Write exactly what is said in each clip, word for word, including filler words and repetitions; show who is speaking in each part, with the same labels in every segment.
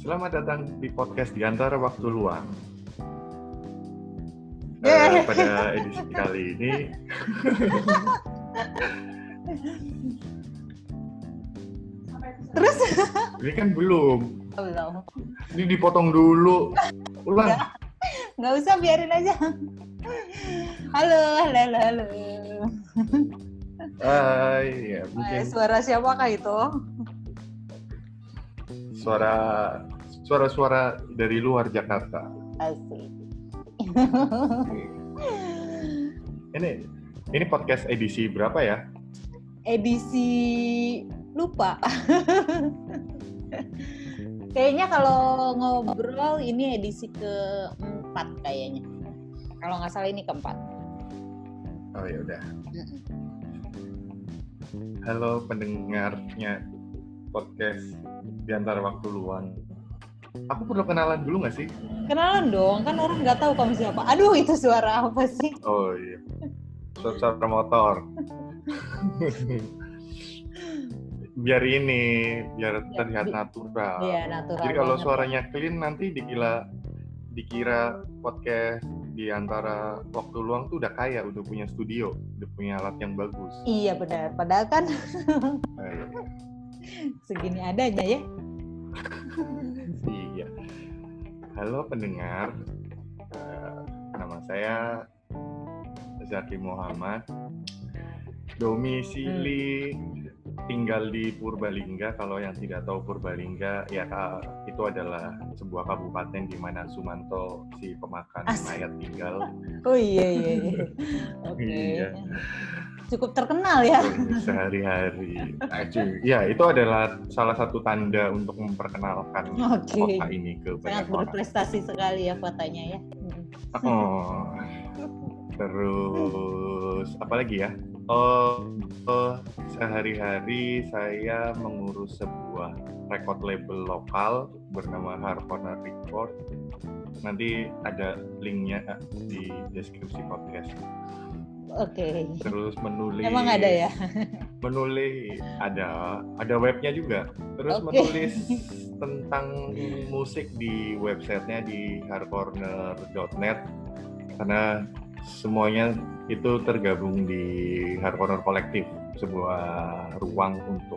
Speaker 1: Selamat datang di podcast Di Antara Waktu Luang.
Speaker 2: Yeah.
Speaker 1: Uh, pada edisi kali ini
Speaker 2: Terus?
Speaker 1: Ini kan belum.
Speaker 2: Belum.
Speaker 1: Ini dipotong dulu. Ulang.
Speaker 2: Nggak, nggak usah, biarin aja. Halo, halo, halo, halo.
Speaker 1: Hai, ya,
Speaker 2: Eh,
Speaker 1: mungkin
Speaker 2: suara siapakah itu?
Speaker 1: suara suara-suara dari luar Jakarta.
Speaker 2: Asik.
Speaker 1: Ini ini podcast edisi berapa ya?
Speaker 2: Edisi lupa. Kayaknya kalau ngobrol ini edisi keempat kayaknya. Kalau nggak salah ini keempat.
Speaker 1: Oh ya udah. Halo pendengarnya podcast Di Antara Waktu Luang. Aku perlu kenalan dulu nggak sih?
Speaker 2: Kenalan dong, kan orang nggak tahu kamu siapa. Aduh, itu suara apa sih?
Speaker 1: Oh iya, suara motor. Biar ini, biar terlihat natural.
Speaker 2: Iya, natural.
Speaker 1: Jadi kalau
Speaker 2: banget.
Speaker 1: suaranya clean nanti dikira dikira podcast Di Antara Waktu Luang tuh udah kaya, udah punya studio, udah punya alat yang bagus.
Speaker 2: Iya benar, padahal kan
Speaker 1: Nah, iya.
Speaker 2: segini adanya ya.
Speaker 1: Iya. Halo pendengar, uh, nama saya Zaki Muhammad, domisili hmm. tinggal di Purbalingga. Kalau yang tidak tahu Purbalingga, ya itu adalah sebuah kabupaten di mana Sumanto si pemakan mayat tinggal.
Speaker 2: Oh iya iya. iya. Oke. Okay.
Speaker 1: Iya.
Speaker 2: Cukup terkenal ya.
Speaker 1: Sehari-hari. Ya, itu adalah salah satu tanda untuk memperkenalkan okay. kota ini ke banyak
Speaker 2: orang. Sangat berprestasi sekali ya kotanya ya.
Speaker 1: Oh. Terus apa lagi ya? Oh, oh, sehari-hari saya mengurus sebuah record label lokal bernama Harcorner Record. Nanti ada linknya di deskripsi podcast.
Speaker 2: Oke. Okay.
Speaker 1: Terus menulis.
Speaker 2: Emang ada ya?
Speaker 1: Menulis ada, ada webnya juga. Terus okay. menulis tentang musik di websitenya di hardcorner dot net karena semuanya itu tergabung di Hardcorner Kolektif, sebuah ruang untuk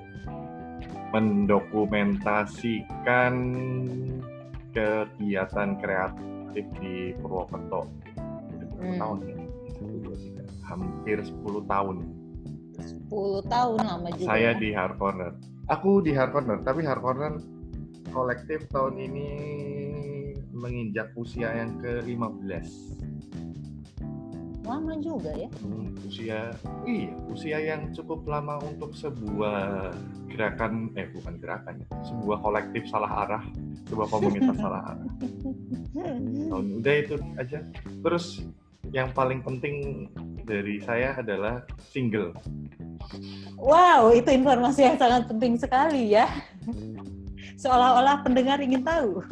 Speaker 1: mendokumentasikan kegiatan kreatif di Purwokerto. Berapa tahun ya? Hampir sepuluh tahun.
Speaker 2: sepuluh tahun lama juga.
Speaker 1: Saya di Hardcorner. Aku di Hardcorner, tapi Hardcorner Kolektif tahun ini menginjak usia yang ke lima belas.
Speaker 2: Lama juga ya?
Speaker 1: Hmm, usia, iya, usia yang cukup lama untuk sebuah gerakan, eh bukan gerakan, sebuah kolektif salah arah, sebuah komunitas salah arah. Tahun udah itu aja. Terus yang paling penting dari saya adalah single.
Speaker 2: Wow, itu informasi yang sangat penting sekali ya. Seolah-olah pendengar ingin tahu.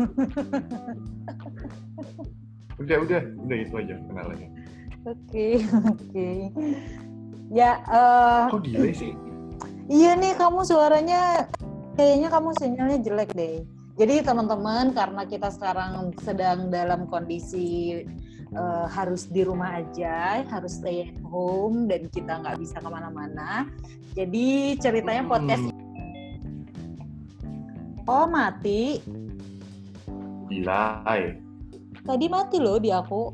Speaker 1: Udah, udah, udah itu aja kenalannya.
Speaker 2: Oke, oke. Ya, uh,
Speaker 1: kok delay sih?
Speaker 2: Iya nih, kamu suaranya kayaknya kamu sinyalnya jelek deh. Jadi teman-teman, karena kita sekarang sedang dalam kondisi uh, harus di rumah aja, harus stay at home, dan kita nggak bisa kemana-mana. Jadi ceritanya podcast hmm. Oh, mati.
Speaker 1: Delay.
Speaker 2: Tadi mati loh di aku.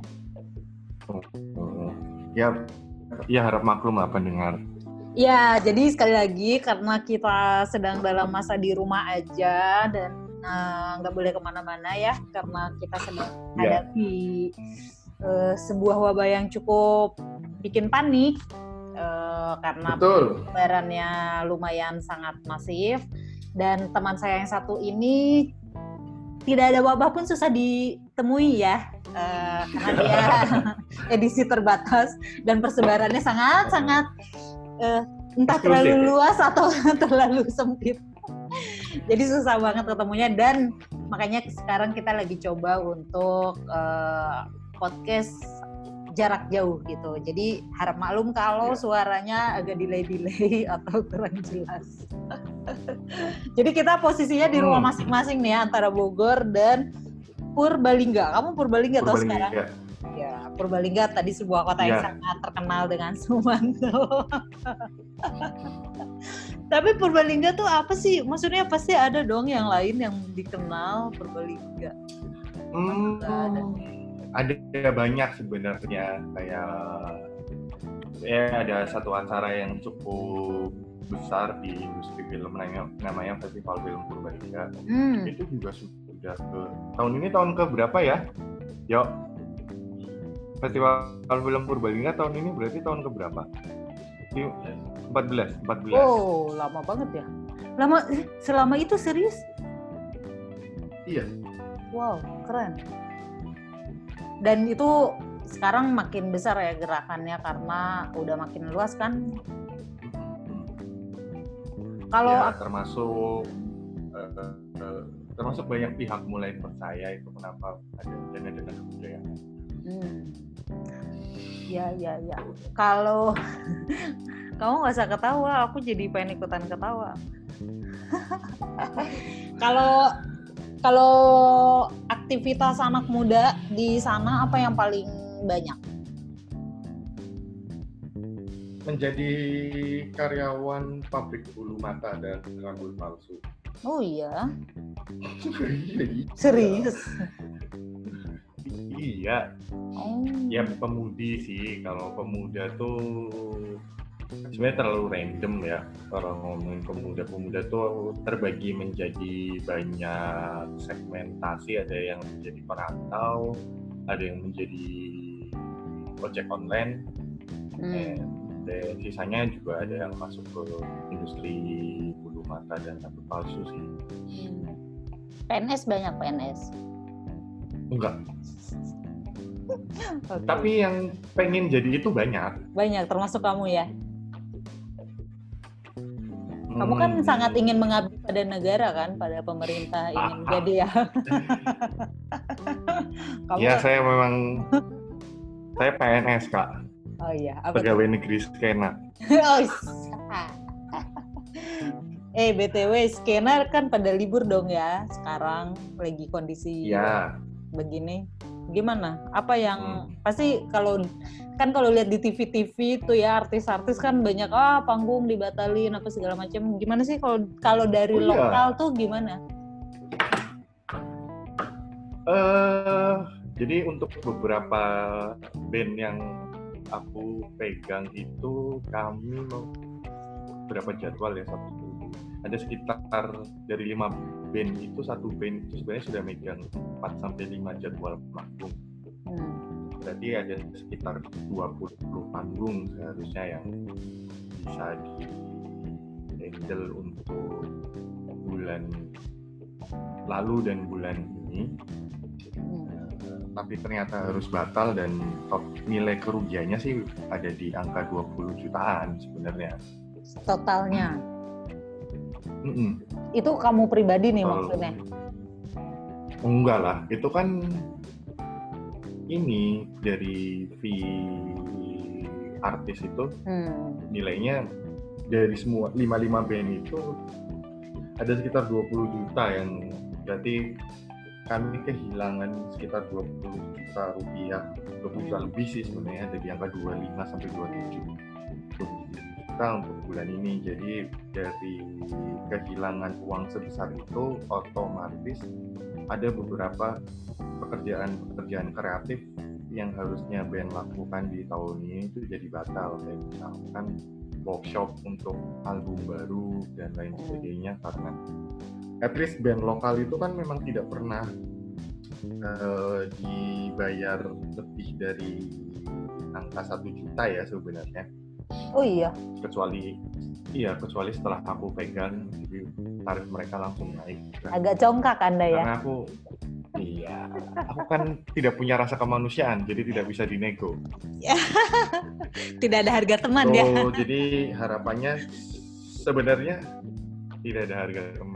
Speaker 1: Ya, ya harap maklum lah pendengar.
Speaker 2: Ya, jadi sekali lagi karena kita sedang dalam masa di rumah aja dan nggak uh, boleh kemana-mana ya, karena kita sedang hadapi yeah. uh, sebuah wabah yang cukup bikin panik uh, karena penyebarannya lumayan sangat masif, dan teman saya yang satu ini tidak ada wabah pun susah ditemui ya. Uh, karena dia edisi terbatas dan persebarannya sangat-sangat uh, entah terlalu luas atau terlalu sempit. Jadi susah banget ketemunya, dan makanya sekarang kita lagi coba untuk uh, podcast jarak jauh gitu. Jadi harap maklum kalau
Speaker 1: Ya.
Speaker 2: suaranya agak delay-delay atau kurang jelas. Jadi kita posisinya di rumah
Speaker 1: Hmm.
Speaker 2: masing-masing nih antara Bogor dan Purbalingga. Kamu Purbalingga atau sekarang?
Speaker 1: Purbalingga.
Speaker 2: Ya, Purbalingga tadi sebuah kota yang
Speaker 1: Ya.
Speaker 2: sangat terkenal dengan Sumanto. Tapi Purbalingga tuh apa sih? Maksudnya pasti ada dong yang lain yang dikenal Purbalingga.
Speaker 1: Hmm,
Speaker 2: Ada.
Speaker 1: ada banyak sebenarnya, kayak ya ada satu acara yang cukup besar di industri film namanya, namanya Festival Film Purbalingga.
Speaker 2: Hmm.
Speaker 1: Itu juga sudah ke tahun ini tahun ke berapa ya? Yo, Festival Film Purbalingga tahun ini berarti tahun ke berapa? empat belas, empat belas.
Speaker 2: Oh, lama banget ya. Lama selama itu serius?
Speaker 1: Iya.
Speaker 2: Wow, keren. Dan itu sekarang makin besar ya gerakannya karena udah makin luas kan. Kalau
Speaker 1: Ya, termasuk uh, uh, termasuk banyak pihak mulai percaya itu kenapa ada dana-dana kebudayaan.
Speaker 2: Hmm. Ya, ya, ya. Kalau kamu nggak usah ketawa, aku jadi pengen ikutan ketawa. Kalau kalau aktivitas anak muda di sana apa yang paling banyak?
Speaker 1: Menjadi karyawan pabrik bulu mata dan rambut palsu.
Speaker 2: Oh iya. Serius?
Speaker 1: Iya.
Speaker 2: Oh.
Speaker 1: Ya pemudi sih. Kalau pemuda tuh sebenarnya terlalu random ya. Kalau ngomongin pemuda-pemuda tuh terbagi menjadi banyak segmentasi. Ada yang menjadi perantau, ada yang menjadi ojek online,
Speaker 2: Hmm.
Speaker 1: dan sisanya juga ada yang masuk ke industri bulu mata dan rambut palsu sih.
Speaker 2: Hmm. P N S banyak P N S.
Speaker 1: Enggak.
Speaker 2: Okay.
Speaker 1: Tapi yang pengen jadi itu banyak.
Speaker 2: Banyak, termasuk kamu ya. Kamu kan
Speaker 1: Hmm.
Speaker 2: sangat ingin mengabdi pada negara kan, pada pemerintah ingin
Speaker 1: Ah,
Speaker 2: menjadi ya. Kamu...
Speaker 1: Ya saya memang saya P N S Kak.
Speaker 2: Oh iya, apa
Speaker 1: Pegawai negeri Skena.
Speaker 2: Oh, eh B T W Skena kan pada libur dong ya sekarang lagi kondisi
Speaker 1: Ya.
Speaker 2: begini. Gimana? Apa yang
Speaker 1: Hmm.
Speaker 2: pasti kalau kan kalau lihat di T V-T V itu ya artis-artis kan banyak ah panggung dibatalin apa segala macam. Gimana sih kalau kalau dari
Speaker 1: Oh, iya.
Speaker 2: lokal tuh gimana?
Speaker 1: Uh, jadi untuk beberapa band yang aku pegang itu kami mau berapa jadwal ya satu ada sekitar dari lima band itu satu band itu sebenarnya sudah megang empat sampai lima jadwal manggung.
Speaker 2: Hmm.
Speaker 1: Berarti ada sekitar dua puluh panggung seharusnya yang bisa di handle untuk bulan lalu dan bulan ini.
Speaker 2: Hmm.
Speaker 1: Tapi ternyata harus batal dan nilai kerugiannya sih ada di angka dua puluh jutaan sebenarnya.
Speaker 2: Totalnya.
Speaker 1: Mm-mm.
Speaker 2: Itu kamu pribadi nih
Speaker 1: Kalau,
Speaker 2: maksudnya?
Speaker 1: enggak lah, itu kan ini dari fee artis itu
Speaker 2: Hmm.
Speaker 1: nilainya dari semua lima lima band itu ada sekitar dua puluh juta yang berarti kami kehilangan sekitar dua puluh juta rupiah, dua puluh juta lebih sih sebenarnya, ada di angka dua puluh lima sampai dua puluh tujuh juta untuk bulan ini. Jadi dari kehilangan uang sebesar itu otomatis ada beberapa pekerjaan-pekerjaan kreatif yang harusnya band lakukan di tahun ini itu jadi batal, kayak misalkan workshop untuk album baru dan lain sebagainya, karena at least band lokal itu kan memang tidak pernah uh, dibayar lebih dari angka satu juta ya sebenarnya.
Speaker 2: Oh iya.
Speaker 1: Kecuali iya kecuali setelah aku pegang, jadi tarif mereka langsung naik.
Speaker 2: Agak congkak Anda ya.
Speaker 1: Karena aku iya, aku kan tidak punya rasa kemanusiaan, jadi tidak bisa dinego.
Speaker 2: Tidak ada harga teman
Speaker 1: so,
Speaker 2: ya.
Speaker 1: Jadi harapannya sebenarnya tidak ada harga teman.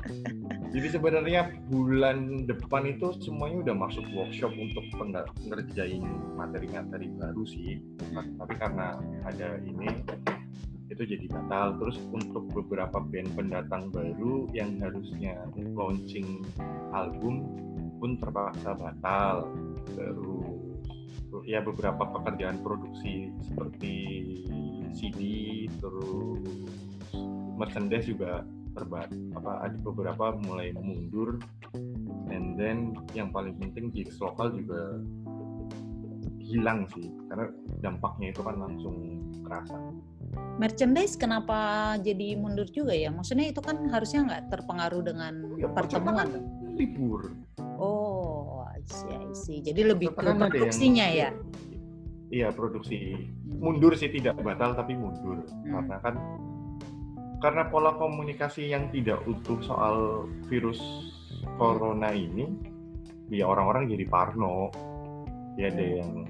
Speaker 1: Jadi sebenarnya bulan depan itu semuanya udah masuk workshop untuk ngerjain materi-materi baru sih. Tapi karena ada ini, itu jadi batal. Terus untuk beberapa band pendatang baru yang harusnya launching album pun terpaksa batal. Terus ya beberapa pekerjaan produksi seperti C D, terus merchandise juga terbat apa ada beberapa mulai mundur, and then yang paling penting gigs lokal juga hilang sih karena dampaknya itu kan langsung terasa.
Speaker 2: Merchandise kenapa jadi mundur juga ya? Maksudnya itu kan harusnya nggak terpengaruh dengan ya, pertemuan
Speaker 1: kan libur.
Speaker 2: Oh, I see, I see. Jadi lebih ke produksinya yang, ya?
Speaker 1: Iya, produksi mundur sih, tidak batal tapi mundur hmm. karena kan karena pola komunikasi yang tidak utuh soal virus corona ini, ya orang-orang jadi parno. Ya ada yang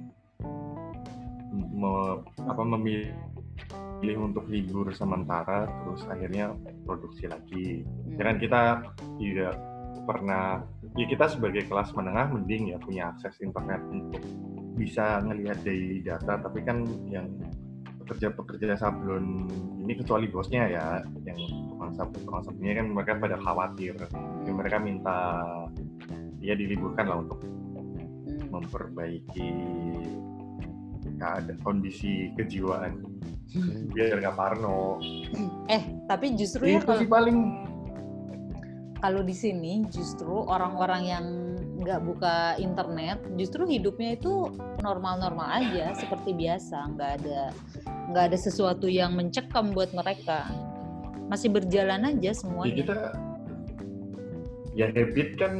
Speaker 1: me, apa, memilih untuk libur sementara, terus akhirnya produksi lagi. Ya kan kita tidak pernah, ya kita sebagai kelas menengah mending ya punya akses internet untuk bisa ngelihat dari data, tapi kan yang pekerja-pekerja sablon ini kecuali bosnya ya, yang tukang sablon tukang sablonnya kan mereka pada khawatir, jadi mereka minta ya diliburkan lah untuk memperbaiki keadaan kondisi kejiwaan biar nggak parno.
Speaker 2: Eh tapi justru
Speaker 1: itu
Speaker 2: ya kalau
Speaker 1: paling
Speaker 2: kalau di sini justru orang-orang yang nggak buka internet justru hidupnya itu normal-normal aja seperti biasa, nggak ada nggak ada sesuatu yang mencekam buat mereka, masih berjalan aja semuanya.
Speaker 1: Ya kita ya habit kan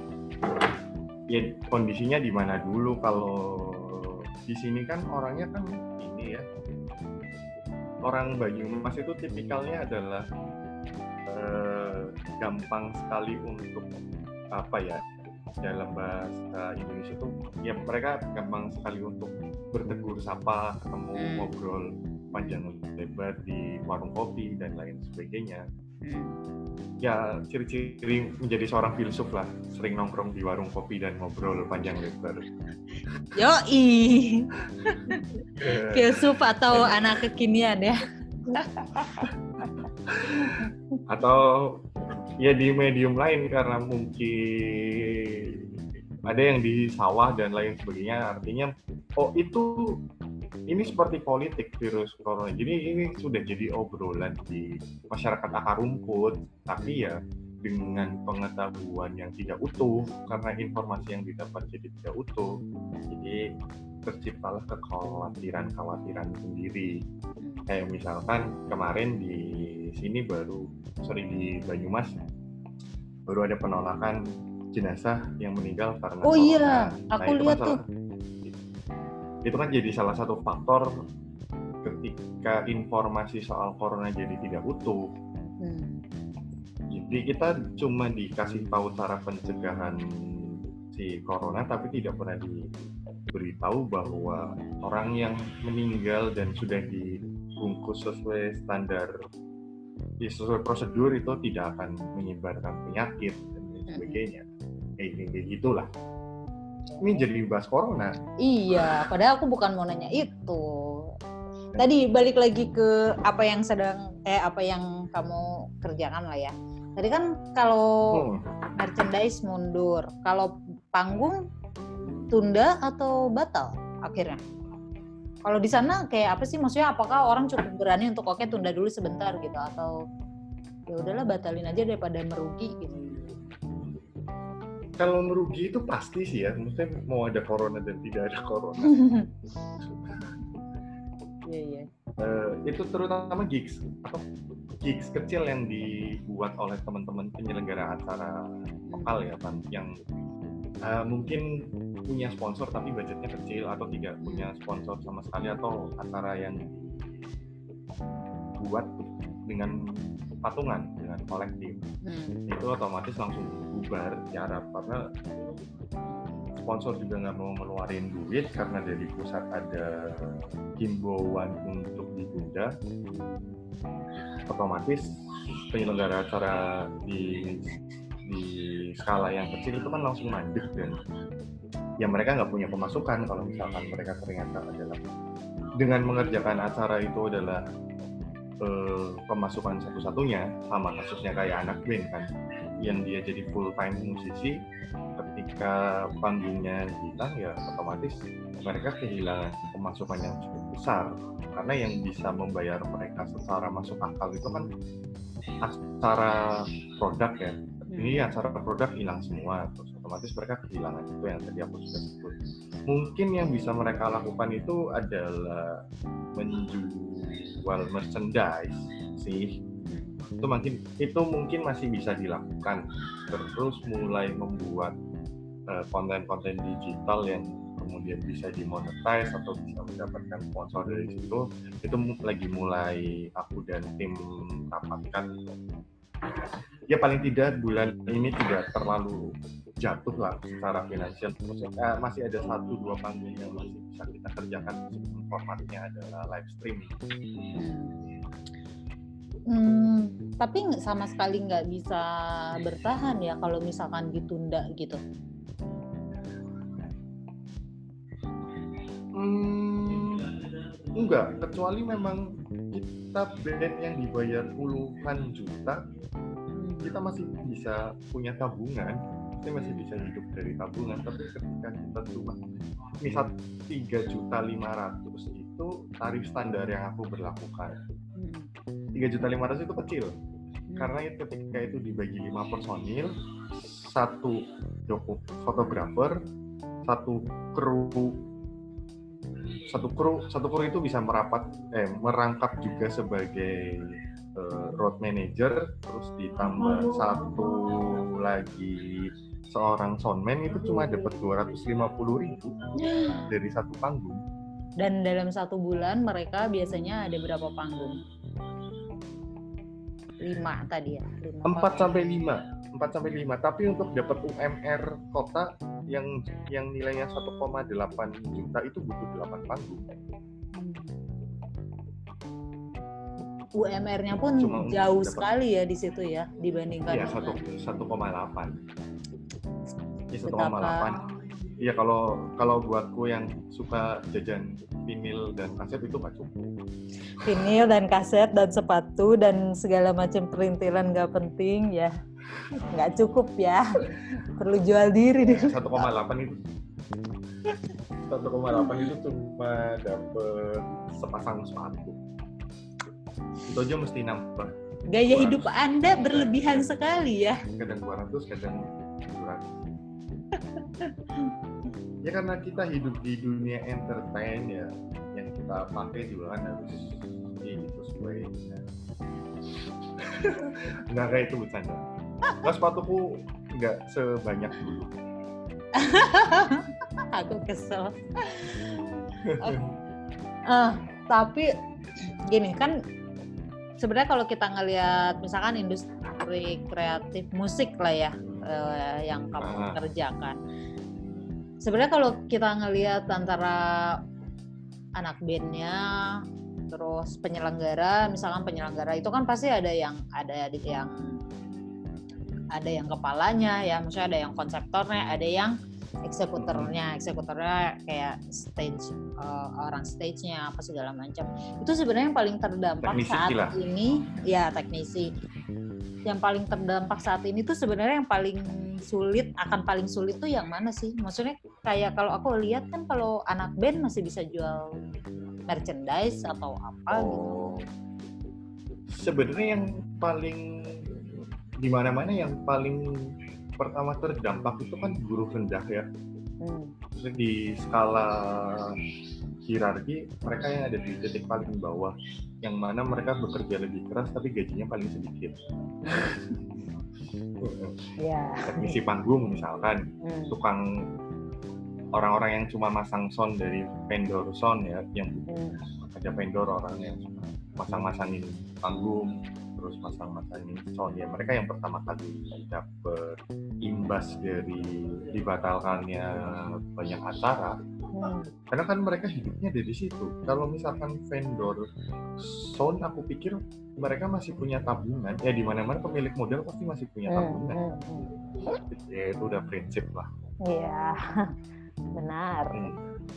Speaker 1: ya kondisinya di mana dulu. Kalau di sini kan orangnya kan ini ya, orang Banyumas itu tipikalnya adalah eh, gampang sekali untuk apa ya, dalam bahasa Indonesia tuh ya mereka gampang sekali untuk bertegur sapa, ketemu hmm. ngobrol panjang lebar di warung kopi dan lain sebagainya. Hmm. Ya ciri-ciri menjadi seorang filsuf lah, sering nongkrong di warung kopi dan ngobrol panjang lebar.
Speaker 2: Yoi. Filsuf atau anak kekinian ya.
Speaker 1: Atau ya di medium lain karena mungkin ada yang di sawah dan lain sebagainya, artinya oh itu ini seperti politik virus corona, jadi ini sudah jadi obrolan di masyarakat akar rumput, tapi ya dengan pengetahuan yang tidak utuh karena informasi yang didapat jadi tidak utuh, jadi terciptalah kekhawatiran-kekhawatiran sendiri. Kayak misalkan kemarin di sini baru, sorry di Banyumas baru ada penolakan jenazah yang meninggal karena
Speaker 2: oh
Speaker 1: corona.
Speaker 2: Iya, aku
Speaker 1: nah,
Speaker 2: lihat
Speaker 1: kan
Speaker 2: tuh.
Speaker 1: Salah, itu kan jadi salah satu faktor ketika informasi soal corona jadi tidak utuh. Hmm. Jadi kita cuma dikasih tahu cara pencegahan si corona, tapi tidak pernah diberitahu bahwa orang yang meninggal dan sudah dibungkus sesuai standar, ya sesuai prosedur itu tidak akan menyebarkan penyakit dan lain sebagainya. Kayak eh, gitulah. Ini jadi bahas corona.
Speaker 2: Iya, padahal aku bukan mau nanya itu. Tadi balik lagi ke apa yang sedang eh apa yang kamu kerjakan lah ya. Tadi kan kalau hmm. merchandise mundur, kalau panggung tunda atau batal akhirnya. Kalau di sana kayak apa sih, maksudnya apakah orang cukup berani untuk oke tunda dulu sebentar gitu, atau ya udahlah batalin aja daripada merugi gitu.
Speaker 1: Kalau merugi itu pasti sih ya, maksudnya mau ada corona dan tidak ada corona.
Speaker 2: Iya iya.
Speaker 1: Uh, itu terutama gigs atau gigs kecil yang dibuat oleh teman-teman penyelenggara acara lokal ya, yang uh, mungkin punya sponsor tapi budgetnya kecil atau tidak punya sponsor sama sekali, atau acara yang dibuat dengan patungan dengan kolektif, hmm. itu otomatis langsung bubar secara, karena sponsor juga nggak mau ngeluarin duit karena dari pusat ada himbauan untuk ditunda. otomatis penyelenggara acara di di skala yang kecil itu kan langsung mandek, dan ya mereka nggak punya pemasukan kalau misalkan mereka ternyata adalah dengan mengerjakan acara itu adalah eh, pemasukan satu-satunya, sama kasusnya kayak anak band kan, yang dia jadi full time musisi, ketika panggungnya hilang ya otomatis mereka kehilangan pemasukan yang cukup besar, karena yang bisa membayar mereka secara masuk akal itu kan acara produk ya. Ini acara produk hilang semua, terus otomatis mereka kehilangan itu yang tadi aku sudah sebut. Mungkin yang bisa mereka lakukan itu adalah menjual merchandise sih. Itu mungkin itu mungkin masih bisa dilakukan. Terus mulai membuat uh, konten-konten digital yang kemudian bisa dimonetize atau bisa mendapatkan sponsor dari situ. Itu lagi mulai aku dan tim rapatkan. Ya paling tidak bulan ini tidak terlalu jatuh lah secara finansial. Eh, masih ada satu dua panggung yang masih bisa kita kerjakan, formatnya adalah live streaming.
Speaker 2: Hmm, tapi sama sekali nggak bisa bertahan ya kalau misalkan ditunda gitu.
Speaker 1: Hmm, enggak, kecuali memang kita band yang dibayar puluhan juta, kita masih bisa punya tabungan, kita masih bisa hidup dari tabungan. Tapi ketika kita cuma misal tiga juta lima ratus itu tarif standar yang aku berlakukan. tiga juta lima ratus itu kecil, karena itu ketika itu dibagi lima personil, satu joko fotografer, satu kru satu kru satu kru itu bisa merapat eh merangkap juga sebagai uh, road manager, terus ditambah satu lagi seorang soundman, itu cuma dapat dua ratus lima puluh ribu dari satu panggung.
Speaker 2: Dan dalam satu bulan mereka biasanya ada berapa panggung? lima tadi ya?
Speaker 1: empat sampai lima empat sampai lima, tapi untuk dapat U M R kota yang yang nilainya satu koma delapan juta itu butuh delapan panggung.
Speaker 2: U M R-nya pun cuma jauh sekali ya di situ ya dibandingkan.
Speaker 1: Iya, satu koma delapan. Iya, satu koma delapan. Iya, kalau kalau buatku yang suka jajan vinil dan kaset itu nggak cukup.
Speaker 2: Vinil dan kaset dan sepatu dan segala macam perintilan nggak penting ya, nggak cukup ya. Perlu jual diri deh.
Speaker 1: satu koma delapan itu satu koma delapan itu cuma dapet sepasang sepatu. Itu aja mesti nambah.
Speaker 2: Gaya hidup Anda berlebihan sekali ya.
Speaker 1: Kadang dua ratus, kadang tujuh ratus. Ya karena kita hidup di dunia entertain ya, yang kita pakai juga kan harus ini sesuai. Ya. Nggak kayak itu bercanda. Nah, sepatuku nggak sebanyak dulu.
Speaker 2: Aku kesel. uh, tapi gini kan, sebenarnya kalau kita ngelihat misalkan industri kreatif musik lah ya, uh, yang kamu ah. kerjakan. Sebenarnya kalau kita ngelihat antara anak bandnya, terus penyelenggara, misalkan penyelenggara itu kan pasti ada yang ada yang ada yang kepalanya ya, maksudnya ada yang konseptornya, ada yang eksekutornya, eksekutornya kayak stage uh, orang stage-nya apa segala macam. Itu sebenarnya yang paling terdampak teknisi saat lah. ini, ya teknisi. Yang paling terdampak saat ini tuh sebenarnya yang paling sulit, akan paling sulit tuh yang mana sih? Maksudnya kayak kalau aku lihat kan kalau anak band masih bisa jual merchandise atau apa oh. gitu.
Speaker 1: Sebenarnya yang paling di mana-mana yang paling pertama terdampak itu kan buruh rendah ya. Hmm. Di skala hierarki mereka yang ada di titik paling bawah, yang mana mereka bekerja lebih keras tapi gajinya paling sedikit.
Speaker 2: Yeah.
Speaker 1: Teknisi panggung misalkan, hmm. tukang orang-orang yang cuma masang sound dari vendor sound ya, yang hmm. ada vendor orang yang cuma masang-masangin panggung, terus masang-masangin sound ya, mereka yang pertama kali dapat imbas dari dibatalkannya banyak acara.
Speaker 2: Hmm.
Speaker 1: Karena kan mereka hidupnya dari situ. Kalau misalkan vendor sound, aku pikir mereka masih punya tabungan. Ya di mana-mana pemilik modal pasti masih punya tabungan.
Speaker 2: Hmm. Hmm.
Speaker 1: Ya itu udah prinsip lah.
Speaker 2: Iya, benar.
Speaker 1: Hmm.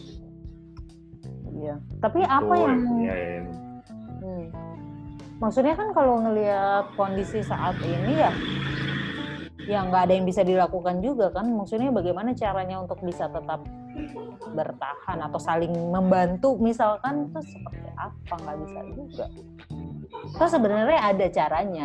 Speaker 2: Iya. Tapi
Speaker 1: Itu,
Speaker 2: apa yang?
Speaker 1: Ya, ya.
Speaker 2: Hmm. Maksudnya kan kalau ngelihat kondisi saat ini ya, ya nggak ada yang bisa dilakukan juga kan. Maksudnya bagaimana caranya untuk bisa tetap bertahan atau saling membantu misalkan itu seperti apa, nggak bisa juga. Terus sebenarnya ada caranya.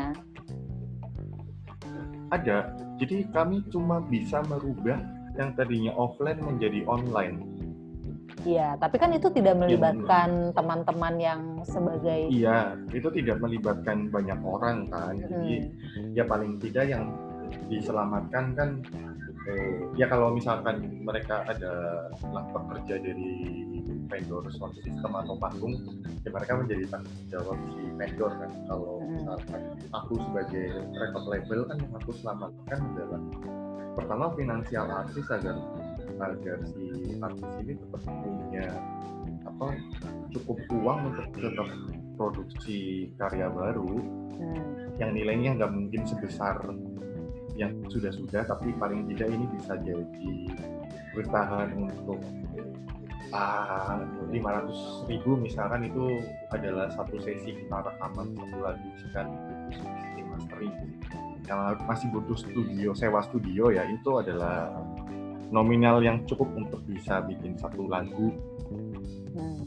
Speaker 1: Ada. Jadi kami cuma bisa merubah yang tadinya offline menjadi online.
Speaker 2: Iya, tapi kan itu tidak melibatkan ya, teman-teman yang sebagai...
Speaker 1: Iya, itu tidak melibatkan banyak orang kan. Jadi hmm. ya paling tidak yang diselamatkan kan, eh, ya kalau misalkan mereka ada pekerja dari vendor sound system atau panggung, ya mereka menjadi tanggung jawab si vendor kan. Kalau hmm. misalkan aku sebagai record label kan yang aku selamatkan adalah pertama finansial artis agar agar si artis ini tetap punya apa cukup uang untuk tetap produksi karya baru hmm. yang nilainya nggak mungkin sebesar yang sudah-sudah, tapi paling tidak ini bisa jadi bertahan untuk ah, lima ratus ribu misalkan. Itu adalah satu sesi kita rekaman satu lagu sekian sesi mastering yang masih butuh studio, sewa studio ya, itu adalah nominal yang cukup untuk bisa bikin satu lagu. Hmm.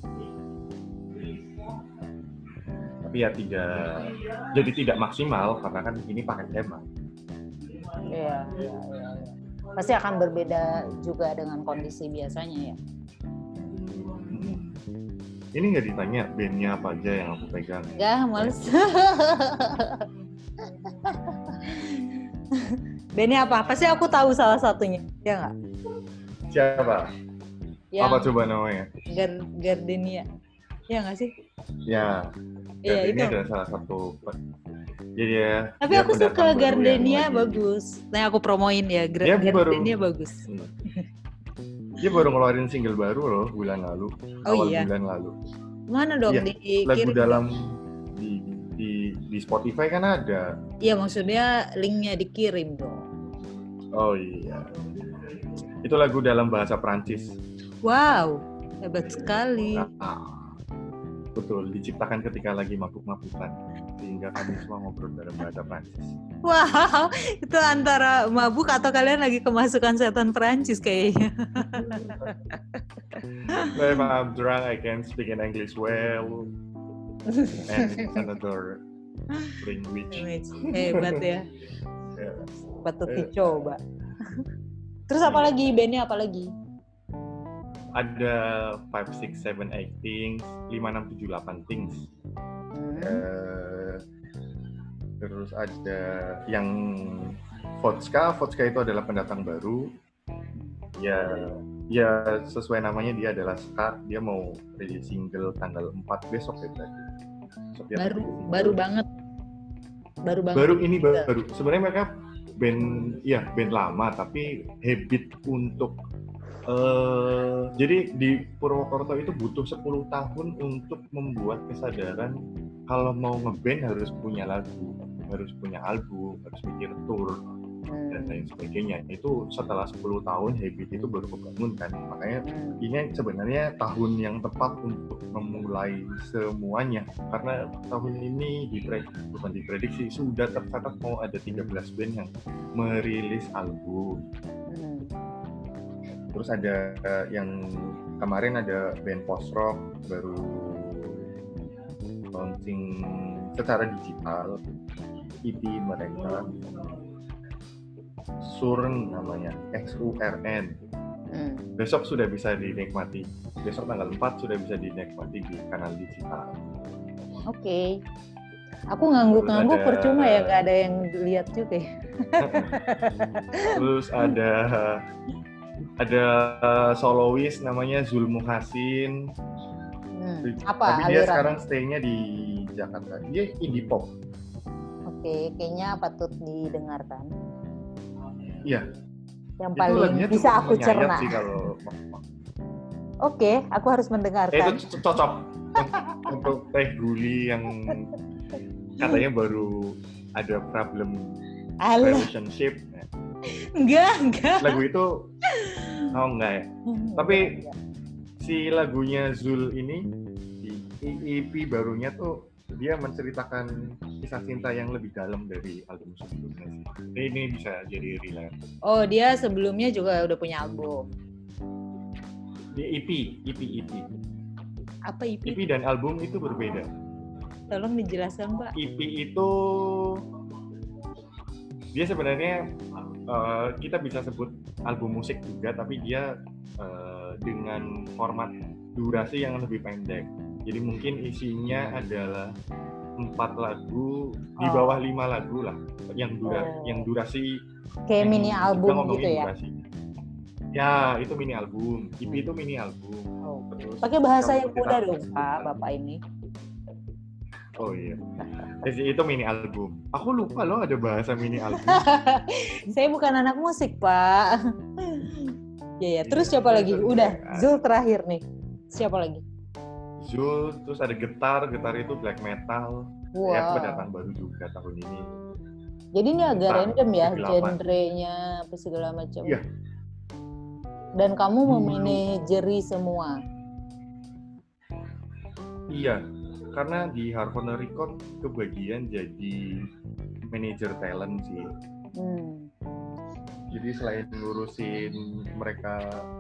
Speaker 1: Tapi ya tidak, jadi tidak maksimal karena kan ini pakai tema.
Speaker 2: Iya, iya, iya. Pasti akan berbeda juga dengan kondisi biasanya ya.
Speaker 1: Hmm. Ini nggak ditanya bandnya apa aja yang aku pegang.
Speaker 2: Nggak, males. Bandnya apa? Pasti aku tahu salah satunya, ya nggak?
Speaker 1: Siapa? Yang apa coba namanya?
Speaker 2: Gar- Gardenia. Ya nggak sih?
Speaker 1: Ya.
Speaker 2: Iya,
Speaker 1: Gardenia
Speaker 2: itu.
Speaker 1: adalah salah satu. Jadi ya.
Speaker 2: Tapi aku suka Gardenia, bagus. Nah, aku promoin ya. Gra- Gardenia baru, bagus. Hmm.
Speaker 1: Dia baru ngeluarin single baru loh bulan lalu.
Speaker 2: Oh,
Speaker 1: awal
Speaker 2: iya?
Speaker 1: bulan lalu.
Speaker 2: Mana dong
Speaker 1: ya,
Speaker 2: di
Speaker 1: lagu dalam di, di di Spotify kan ada.
Speaker 2: Iya, maksudnya linknya dikirim dong.
Speaker 1: Oh iya. Itu lagu dalam bahasa Prancis.
Speaker 2: Wow, hebat sekali.
Speaker 1: Nah, betul, diciptakan ketika lagi mabuk-mabukan, sehingga kami semua ngobrol dalam bahasa Prancis.
Speaker 2: Wow, itu antara mabuk atau kalian lagi kemasukan setan Prancis kayaknya.
Speaker 1: If I'm drunk, I can speak in English well. And it's another language.
Speaker 2: Hebat ya. Patut dicoba. Terus apa lagi? Bandnya apa lagi?
Speaker 1: Ada five, six, seven, eight things, lima, enam, tujuh, delapan things. Hmm. Uh, terus ada yang Vodka. Vodka itu adalah pendatang baru. Ya, ya sesuai namanya dia adalah ska. Dia mau rilis single tanggal empat besok ya tadi.
Speaker 2: Baru, baru banget. Baru banget.
Speaker 1: Baru ini baru. Sebenarnya mereka band, ya band lama, tapi habit untuk uh, jadi di Purwokerto itu butuh sepuluh tahun untuk membuat kesadaran kalau mau ngeband harus punya lagu, harus punya album, harus mikir tour dan lain sebagainya. Itu setelah sepuluh tahun habit itu baru kebangun kan. Makanya ini sebenarnya tahun yang tepat untuk memulai semuanya, karena tahun ini diprediksi, bukan diprediksi, sudah tercatat mau ada tiga belas band yang merilis album. Hmm. Terus ada uh, yang kemarin ada band post rock baru launching secara digital E P mereka. Surn namanya, X U R N. Hmm. Besok sudah bisa dinikmati. Besok tanggal empat sudah bisa dinikmati di kanal digital.
Speaker 2: Oke. Okay. Aku ngangguk-ngangguk ada... percuma ya, nggak ada yang lihat juga ya.
Speaker 1: Terus ada ada solois namanya Zulmu Hasin.
Speaker 2: Hmm. Apa?
Speaker 1: Tapi aliran? Dia sekarang stay-nya di Jakarta. Dia indie pop.
Speaker 2: Oke, okay, kayaknya patut didengarkan.
Speaker 1: Iya.
Speaker 2: Yang paling bisa aku cerna.
Speaker 1: Sih kalau
Speaker 2: Oke, aku harus
Speaker 1: Eh,
Speaker 2: mendengarkan.
Speaker 1: itu c- cocok untuk Teh Guli yang katanya baru ada problem
Speaker 2: Alah,
Speaker 1: relationship.
Speaker 2: enggak, enggak.
Speaker 1: Lagu itu, oh enggak ya. Tapi
Speaker 2: Enggak, enggak.
Speaker 1: si lagunya Zul ini di E P barunya tuh dia menceritakan kisah cinta yang lebih dalam dari album sebelumnya sih. Ini, ini bisa jadi relate.
Speaker 2: Oh, dia sebelumnya juga udah punya album.
Speaker 1: Di E P, E P, E P.
Speaker 2: Apa E P?
Speaker 1: E P dan album itu berbeda.
Speaker 2: Tolong dijelaskan, Pak.
Speaker 1: E P itu dia sebenarnya uh, kita bisa sebut album musik juga, tapi dia uh, dengan format durasi yang lebih pendek. Jadi mungkin isinya adalah empat lagu di bawah lima lagu lah, yang dura,
Speaker 2: Oh.
Speaker 1: yang durasi
Speaker 2: Kayak
Speaker 1: yang
Speaker 2: mini
Speaker 1: kita
Speaker 2: album
Speaker 1: ngomongin
Speaker 2: gitu ya.
Speaker 1: durasi. Ya, itu mini album. E P itu mini album.
Speaker 2: Oh.
Speaker 1: Terus
Speaker 2: Pakai bahasa
Speaker 1: kalau
Speaker 2: yang
Speaker 1: kita
Speaker 2: mudah dong,
Speaker 1: sebut-
Speaker 2: Pak, Bapak ini.
Speaker 1: Oh iya. Jadi itu mini album. Aku lupa loh ada bahasa mini album.
Speaker 2: Saya bukan anak musik, Pak. Ya ya, terus
Speaker 1: Iya,
Speaker 2: siapa
Speaker 1: ya,
Speaker 2: lagi?
Speaker 1: terus
Speaker 2: Udah,
Speaker 1: ya.
Speaker 2: Zul terakhir nih. Siapa lagi?
Speaker 1: Zul, terus ada Getar, Getar itu black metal.
Speaker 2: Wow.
Speaker 1: Ya, pendatang baru juga tahun ini.
Speaker 2: Jadi ini agak
Speaker 1: Getar,
Speaker 2: random ya,
Speaker 1: kegelapan.
Speaker 2: genrenya apa segala macam.
Speaker 1: Iya.
Speaker 2: Dan kamu
Speaker 1: Dulu.
Speaker 2: memanajeri semua.
Speaker 1: Iya, karena di Harvona Record kebagian jadi manajer talent sih.
Speaker 2: Hmm.
Speaker 1: Jadi selain ngurusin mereka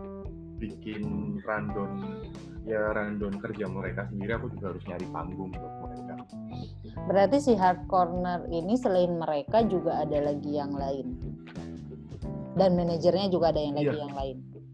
Speaker 1: bikin rundown, ya rundown kerja mereka sendiri, aku juga harus nyari panggung buat mereka.
Speaker 2: Berarti si Hard Corner ini selain mereka juga ada lagi yang lain. Dan manajernya juga ada yang lagi
Speaker 1: Iya.
Speaker 2: yang lain.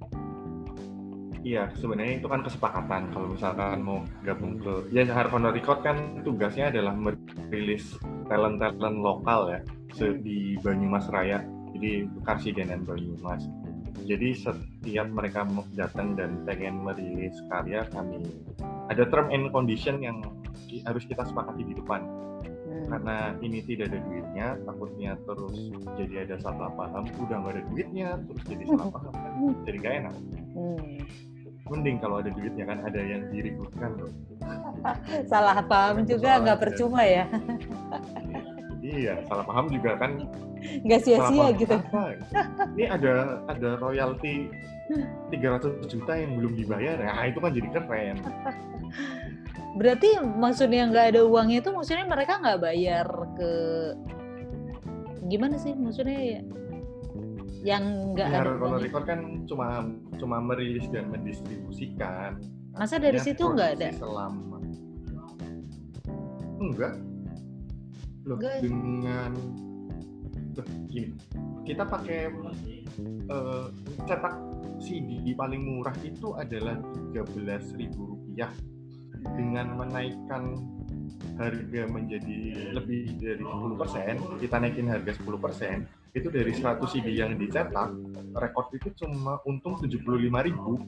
Speaker 1: Iya, sebenarnya itu kan kesepakatan. Kalau misalkan mau gabung ke, ya Harvona Record kan tugasnya adalah merilis talent-talent lokal ya, se- di Banyumas Raya. Jadi Karsiden dan Banyumas. Jadi setiap mereka mau datang dan pengen merilis karya, kami ada term and condition yang ki- harus kita sepakati di depan.
Speaker 2: Hmm.
Speaker 1: Karena ini tidak ada duitnya, takutnya terus jadi ada salah paham. Udah nggak ada duitnya, terus jadi salah paham kan, jadi gak enak.
Speaker 2: Hmm.
Speaker 1: Mending kalau ada duitnya kan, ada yang diributkan loh.
Speaker 2: Salah paham juga nggak percuma ya.
Speaker 1: Iya, salah paham juga kan.
Speaker 2: Nggak sia-sia
Speaker 1: salah paham
Speaker 2: gitu.
Speaker 1: apa gitu. Ini ada ada royalti tiga ratus juta yang belum dibayar. Nah, itu kan jadi keren.
Speaker 2: Berarti maksudnya nggak ada uangnya itu maksudnya mereka nggak bayar ke gimana sih maksudnya ya? Yang nggak ada
Speaker 1: Harvona
Speaker 2: uangnya.
Speaker 1: Record kan cuma cuma merilis dan mendistribusikan.
Speaker 2: Masa dari
Speaker 1: Artinya
Speaker 2: situ nggak ada?
Speaker 1: produksi Selama enggak. Loh,
Speaker 2: Enggak.
Speaker 1: dengan loh, gini, kita pakai uh, cetak C D paling murah itu adalah tiga belas ribu rupiah. Dengan menaikkan harga menjadi lebih dari sepuluh persen, kita naikin harga sepuluh persen, itu dari seratus C D yang dicetak, rekor itu cuma untung tujuh puluh lima ribu.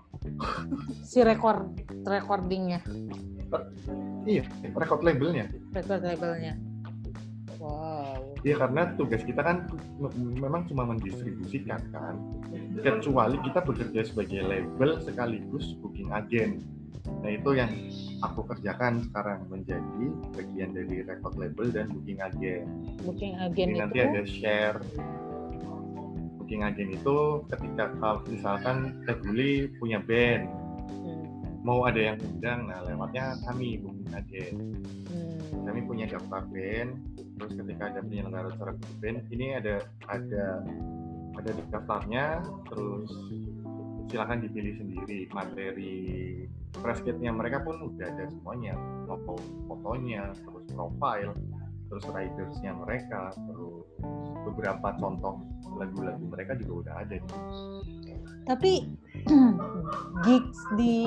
Speaker 2: Si rekor recordingnya,
Speaker 1: Iya, rekor labelnya.
Speaker 2: record labelnya. Wow.
Speaker 1: Ya karena tugas kita kan m- memang cuma mendistribusikan kan. Kecuali kita bekerja sebagai label sekaligus booking agen. Nah itu yang aku kerjakan sekarang, menjadi bagian dari record label dan booking agen.
Speaker 2: Booking agen
Speaker 1: Jadi
Speaker 2: itu.
Speaker 1: nanti ada share. Booking agen itu ketika kalau misalkan Teh Guli punya band,
Speaker 2: Hmm.
Speaker 1: mau ada yang undang, nah lewatnya kami booking agen.
Speaker 2: Hmm.
Speaker 1: Kami punya daftar band, terus ketika ada penyelenggara acara band, ini ada ada ada daftarnya, terus silakan dipilih sendiri materi press kit-nya. Mereka pun udah ada semuanya, foto fotonya, terus profile, terus riders-nya mereka, terus beberapa contoh lagu-lagu mereka juga udah ada.
Speaker 2: Tapi gigs di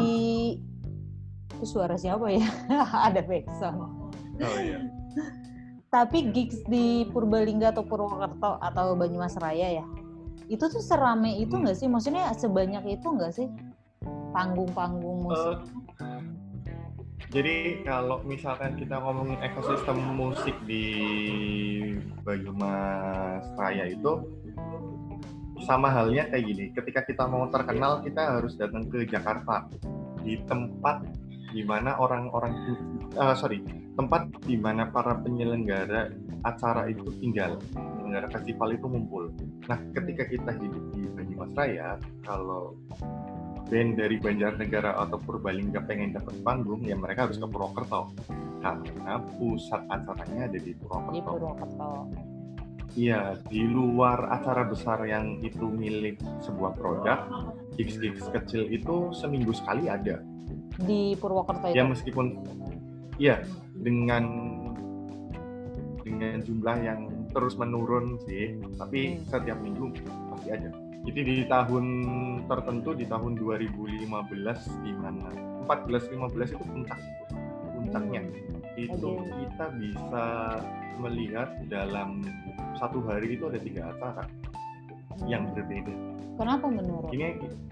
Speaker 2: itu suara siapa ya? Ada backsound.
Speaker 1: Oh iya.
Speaker 2: Tapi gigs di Purbalingga atau Purwokerto atau Banyumas Raya ya, itu tuh serame itu nggak
Speaker 1: Hmm.
Speaker 2: sih? Maksudnya sebanyak itu nggak sih panggung-panggung musik?
Speaker 1: Uh, jadi kalau misalkan kita ngomongin ekosistem musik di Banyumas Raya itu, sama halnya kayak gini, ketika kita mau terkenal kita harus datang ke Jakarta, di tempat di mana orang-orang uh, sorry tempat di mana para penyelenggara acara itu tinggal, penyelenggara festival itu ngumpul. Nah, ketika kita hidup di Banyumas Raya, kalau band dari Banjarnegara atau Purbalingga pengen dapat panggung, ya mereka harus ke Purwokerto karena pusat acaranya ada di Purwokerto.
Speaker 2: Di Purwokerto.
Speaker 1: Iya, di luar acara besar yang itu milik sebuah produk, gigs-gigs kecil itu seminggu sekali ada.
Speaker 2: Di Purwokerto itu?
Speaker 1: Ya meskipun, iya dengan dengan jumlah yang terus menurun sih, tapi hmm. setiap minggu pasti ada. Jadi di tahun tertentu, di tahun dua ribu lima belas, di mana empat belas lima belas itu puncak, puncaknya. Hmm. Itu okay. Kita bisa melihat dalam satu hari itu ada tiga acara hmm. yang berbeda.
Speaker 2: Kenapa menurun?
Speaker 1: Ini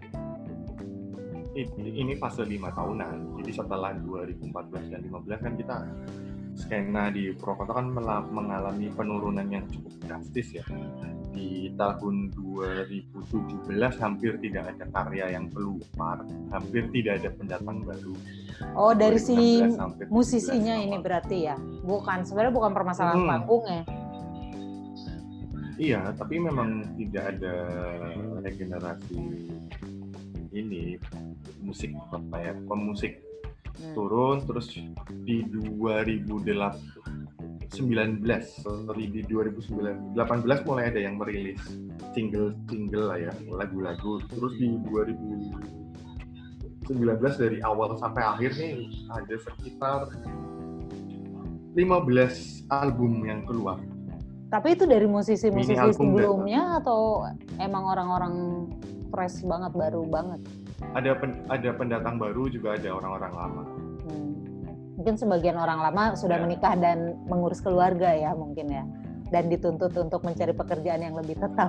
Speaker 1: ini fase lima tahunan. Jadi setelah dua ribu empat belas dan lima belas kan kita skena di Purwokerto kan mengalami penurunan yang cukup drastis ya. Di tahun dua ribu tujuh belas hampir tidak ada karya yang keluar, hampir tidak ada pendatang baru.
Speaker 2: Oh, dari si musisinya ini berarti ya? Bukan, sebenarnya bukan permasalahan hmm. panggungnya.
Speaker 1: Iya, tapi memang tidak ada regenerasi ini musik apa ya, pemusik hmm. turun. Terus di dua ribu sembilan belas, sorry, di dua ribu delapan belas mulai ada yang merilis single-single lah ya, lagu-lagu. Terus di dua ribu sembilan belas dari awal sampai akhir nih ada sekitar lima belas album yang keluar.
Speaker 2: Tapi itu dari musisi-musisi sebelumnya atau emang orang-orang fresh banget, baru banget?
Speaker 1: Ada pen, ada pendatang baru, juga ada orang-orang lama.
Speaker 2: Hmm. Mungkin sebagian orang lama sudah ya. menikah dan mengurus keluarga ya mungkin ya, dan dituntut untuk mencari pekerjaan yang lebih tetap.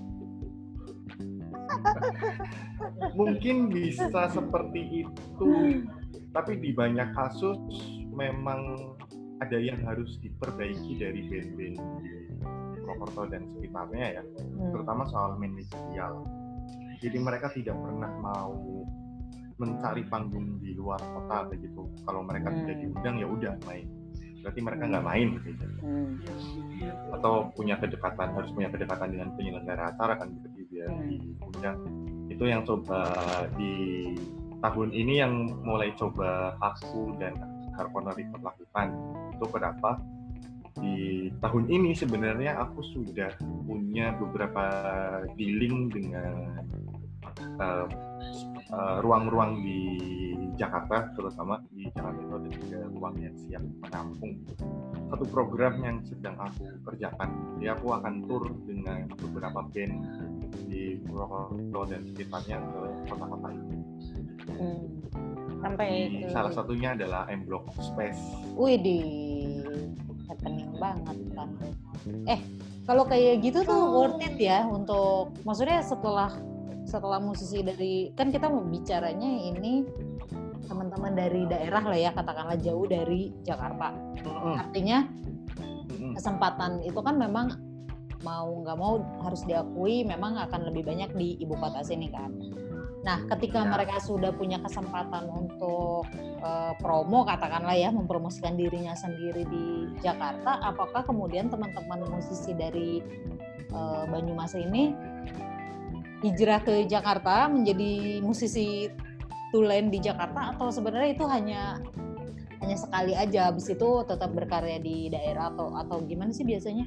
Speaker 1: Mungkin bisa seperti itu, tapi di banyak kasus memang ada yang harus diperbaiki dari band-band di Purwokerto dan sekitarnya ya, hmm. terutama soal manajerial. Jadi mereka tidak pernah mau mencari panggung di luar kota begitu. Kalau mereka hmm. tidak diundang ya udah main. Berarti mereka nggak main gitu. Hmm. Atau punya kedekatan, harus punya kedekatan dengan penyelenggara acara kan begitu biar hmm. diundang. Itu yang coba di tahun ini yang mulai coba aku dan Harkoner ikut lakukan. Itu kenapa di tahun ini sebenarnya aku sudah punya beberapa dealing dengan uh, uh, ruang-ruang di Jakarta, terutama di Jakarta itu ada tiga ruang yang siap menampung satu program yang sedang aku kerjakan. Jadi aku akan tur dengan beberapa band di Purwokerto dan sekitarnya ke kota-kota itu.
Speaker 2: Hmm. Sampai
Speaker 1: di,
Speaker 2: ke...
Speaker 1: salah satunya adalah M Block Space.
Speaker 2: Widih, happening banget kan. Eh, kalau kayak gitu tuh worth it ya untuk, maksudnya setelah setelah musisi dari, kan kita mau bicaranya ini teman-teman dari daerah lah ya, katakanlah jauh dari Jakarta. Mm-hmm. Artinya kesempatan itu kan memang mau nggak mau harus diakui memang akan lebih banyak di ibu kota sini kan. Nah, ketika ya. mereka sudah punya kesempatan untuk uh, promo, katakanlah ya, mempromosikan dirinya sendiri di Jakarta, apakah kemudian teman-teman musisi dari uh, Banyumas ini hijrah ke Jakarta menjadi musisi tulen di Jakarta, atau sebenarnya itu hanya hanya sekali aja, habis itu tetap berkarya di daerah, atau atau gimana sih biasanya?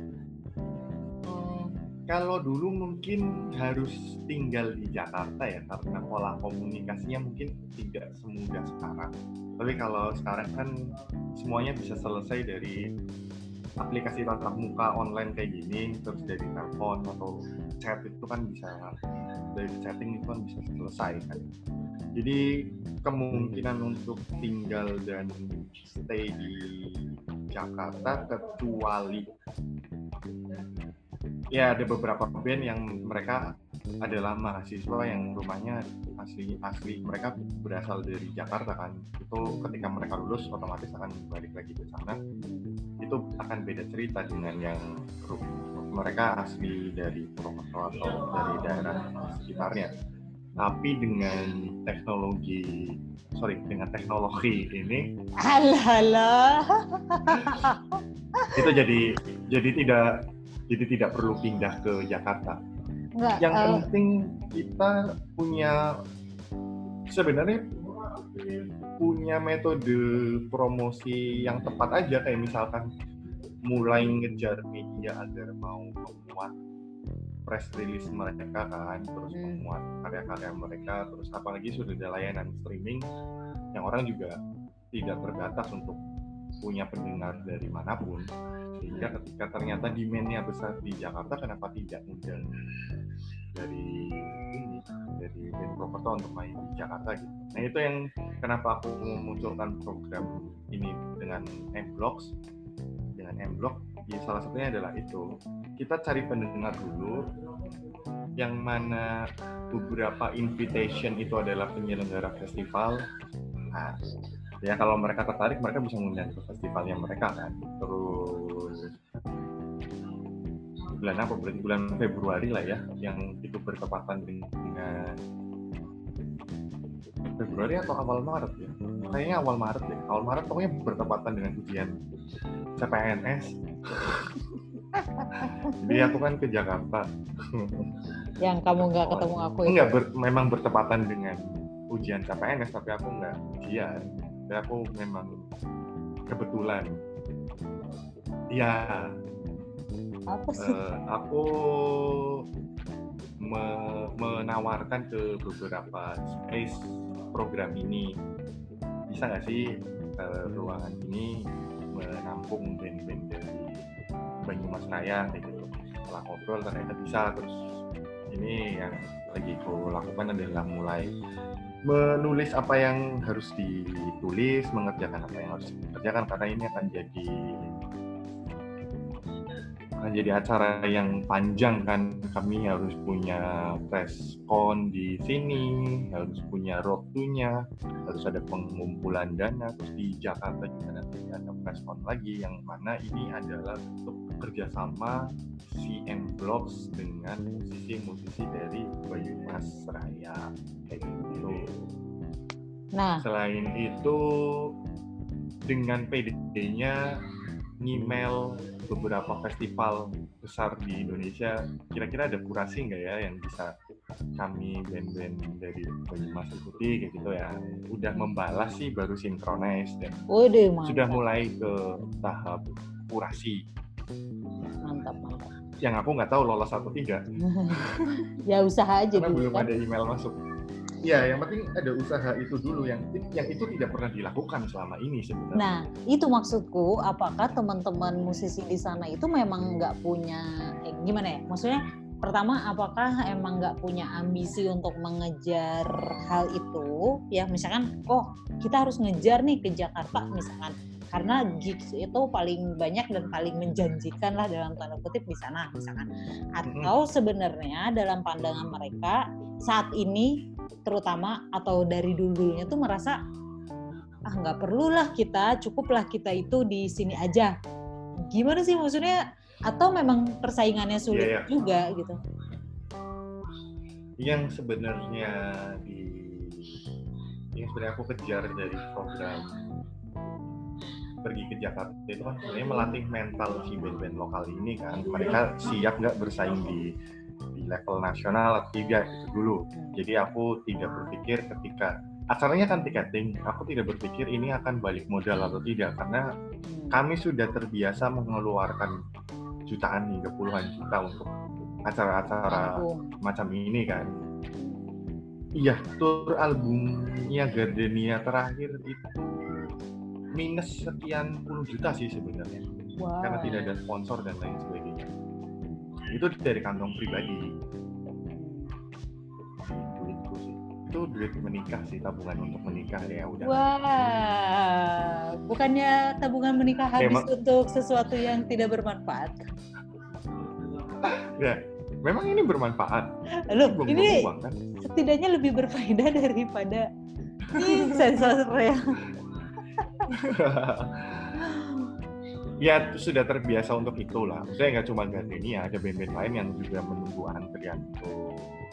Speaker 1: Kalau dulu mungkin harus tinggal di Jakarta ya, karena pola komunikasinya mungkin tidak semudah sekarang. Tapi kalau sekarang kan semuanya bisa selesai dari aplikasi tatap muka online kayak gini, terus dari telepon atau chat itu kan bisa, dari chatting itu kan bisa selesai kan. Jadi kemungkinan untuk tinggal dan stay di Jakarta, kecuali ya ada beberapa band yang mereka adalah mahasiswa yang rumahnya asli asli mereka berasal dari Jakarta kan. Itu ketika mereka lulus otomatis akan balik lagi ke sana. Itu akan beda cerita dengan yang mereka asli dari Purwokerto atau dari daerah sekitarnya. Tapi dengan teknologi, sorry, dengan teknologi ini,
Speaker 2: alah,
Speaker 1: itu jadi jadi tidak jadi tidak perlu pindah ke Jakarta.
Speaker 2: Enggak,
Speaker 1: Yang
Speaker 2: uh,
Speaker 1: penting kita punya sebenarnya punya metode promosi yang tepat aja, kayak misalkan mulai ngejar media agar mau memuat press release mereka kan, terus
Speaker 2: Hmm.
Speaker 1: memuat karya-karya mereka, terus apalagi sudah ada layanan streaming yang orang juga tidak terbatas untuk punya pendengar dari manapun, sehingga ketika ternyata demand-nya besar di Jakarta, kenapa tidak undang dari ini dari band Purwokerto untuk main di Jakarta gitu. Nah itu yang kenapa aku memunculkan program ini dengan M-Blocks. Dengan M-Block, ya salah satunya adalah itu, kita cari pendengar dulu, yang mana beberapa invitation itu adalah penyelenggara festival. Nah ya kalau mereka tertarik, mereka bisa mengundang ke festivalnya mereka kan. Terus bulan apa? Berarti bulan Februari lah ya, yang itu bertepatan dengan Februari atau awal Maret ya? Kayaknya awal Maret ya. Awal Maret pokoknya bertepatan dengan ujian C P N S. Jadi aku kan ke Jakarta.
Speaker 2: yang kamu nggak ketemu aku itu.
Speaker 1: Enggak, ber, memang bertepatan dengan ujian C P N S, tapi aku nggak ujian. Jadi aku memang kebetulan. Ya.
Speaker 2: Apa sih?
Speaker 1: Uh, aku me- menawarkan ke beberapa space program ini, bisa nggak sih uh, ruangan ini menampung band-band dari Banyumas Raya kayak gitu. Setelah ngobrol ternyata bisa, terus ini yang lagi aku lakukan adalah mulai menulis apa yang harus ditulis, mengerjakan apa yang harus dikerjakan, karena ini akan jadi akan jadi acara yang panjang kan. Kami harus punya press con di sini, harus punya road to-nya, harus ada pengumpulan dana, terus di Jakarta juga nanti ada press con lagi, yang mana ini adalah bentuk kerjasama si M-Blocks dengan musisi-musisi dari Banyumas Raya kayak gitu.
Speaker 2: Nah,
Speaker 1: selain itu dengan P D D-nya ngemail beberapa festival besar di Indonesia, kira-kira ada kurasi nggak ya yang bisa kami band-band dari Banyumas ikuti kayak gitu ya. Udah membalas sih, baru synchronize dan
Speaker 2: waduh, mantap.
Speaker 1: sudah mulai ke tahap kurasi.
Speaker 2: Mantap, mantap.
Speaker 1: Yang aku nggak tahu lolos atau tidak.
Speaker 2: Ya usaha aja
Speaker 1: karena
Speaker 2: dulu
Speaker 1: belum
Speaker 2: kan.
Speaker 1: ada email masuk. Ya, yang penting ada usaha itu dulu, yang yang itu tidak pernah dilakukan selama ini sebenarnya.
Speaker 2: Nah, itu maksudku, apakah teman-teman musisi di sana itu memang nggak punya, eh, gimana ya? Maksudnya, pertama, apakah emang nggak punya ambisi untuk mengejar hal itu? Ya, misalkan, oh kita harus ngejar nih ke Jakarta, misalkan. Karena gigs itu paling banyak dan paling menjanjikan lah dalam tanda kutip di sana, misalkan. Atau sebenarnya dalam pandangan mereka saat ini terutama atau dari dulunya tuh merasa ah nggak perlulah kita, cukuplah kita itu di sini aja. Gimana sih maksudnya? Atau memang persaingannya sulit yeah, yeah. juga gitu?
Speaker 1: Yang sebenarnya di yang sebenarnya aku kejar dari program pergi ke Jakarta itu kan sebenarnya melatih mental si band-band lokal ini kan. Mereka siap nggak bersaing di di level nasional atau tidak itu dulu. Jadi aku tidak berpikir ketika acaranya kan tiketing, aku tidak berpikir ini akan balik modal atau tidak, karena kami sudah terbiasa mengeluarkan jutaan hingga puluhan juta untuk acara-acara macam ini kan. Iya, tur albumnya Gardenia terakhir itu minus sekian puluh juta sih sebenarnya. Wow. Karena tidak ada sponsor dan lain sebagainya. Itu dari kantong pribadi. Duitku sih. Itu duit menikah sih, tabungan untuk menikah ya udah.
Speaker 2: Wah, bukannya tabungan menikah habis Emang... untuk sesuatu yang tidak bermanfaat?
Speaker 1: Ya, memang ini bermanfaat.
Speaker 2: Loh, ini uang, kan? Setidaknya lebih berfaedah daripada sensor yang
Speaker 1: ya sudah terbiasa untuk itulah. Maksudnya nggak cuma Gardenia, ada band-band lain yang juga menunggu antrian untuk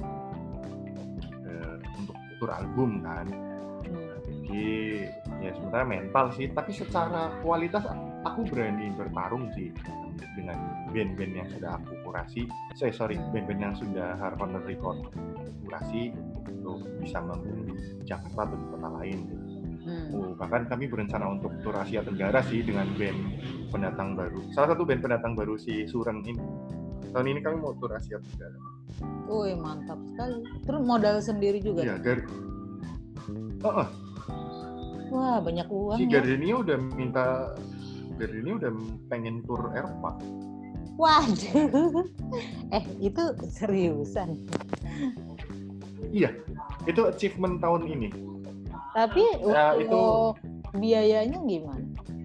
Speaker 1: uh, untuk tur album kan. Jadi ya sementara mental sih, tapi secara kualitas aku berani bertarung sih dengan band-band yang sudah aku kurasi. Saya sorry, band-band yang sudah Harkoner Record kurasi untuk bisa manggung di Jakarta atau di kota lain. Hmm. Oh, bahkan kami berencana untuk tur Asia Tenggara sih dengan band pendatang baru. Salah satu band pendatang baru si Suren ini. Tahun ini kami mau tur Asia Tenggara.
Speaker 2: Wih, mantap sekali. Terus modal sendiri juga?
Speaker 1: Iya, Gar. Oh, oh.
Speaker 2: Wah, banyak uang.
Speaker 1: Si
Speaker 2: ya?
Speaker 1: Gardenia udah minta, Gardenia udah pengen tur Eropa.
Speaker 2: Waduh. Eh, itu seriusan.
Speaker 1: Iya, itu achievement tahun ini.
Speaker 2: Tapi
Speaker 1: ya,
Speaker 2: itu biayanya gimana?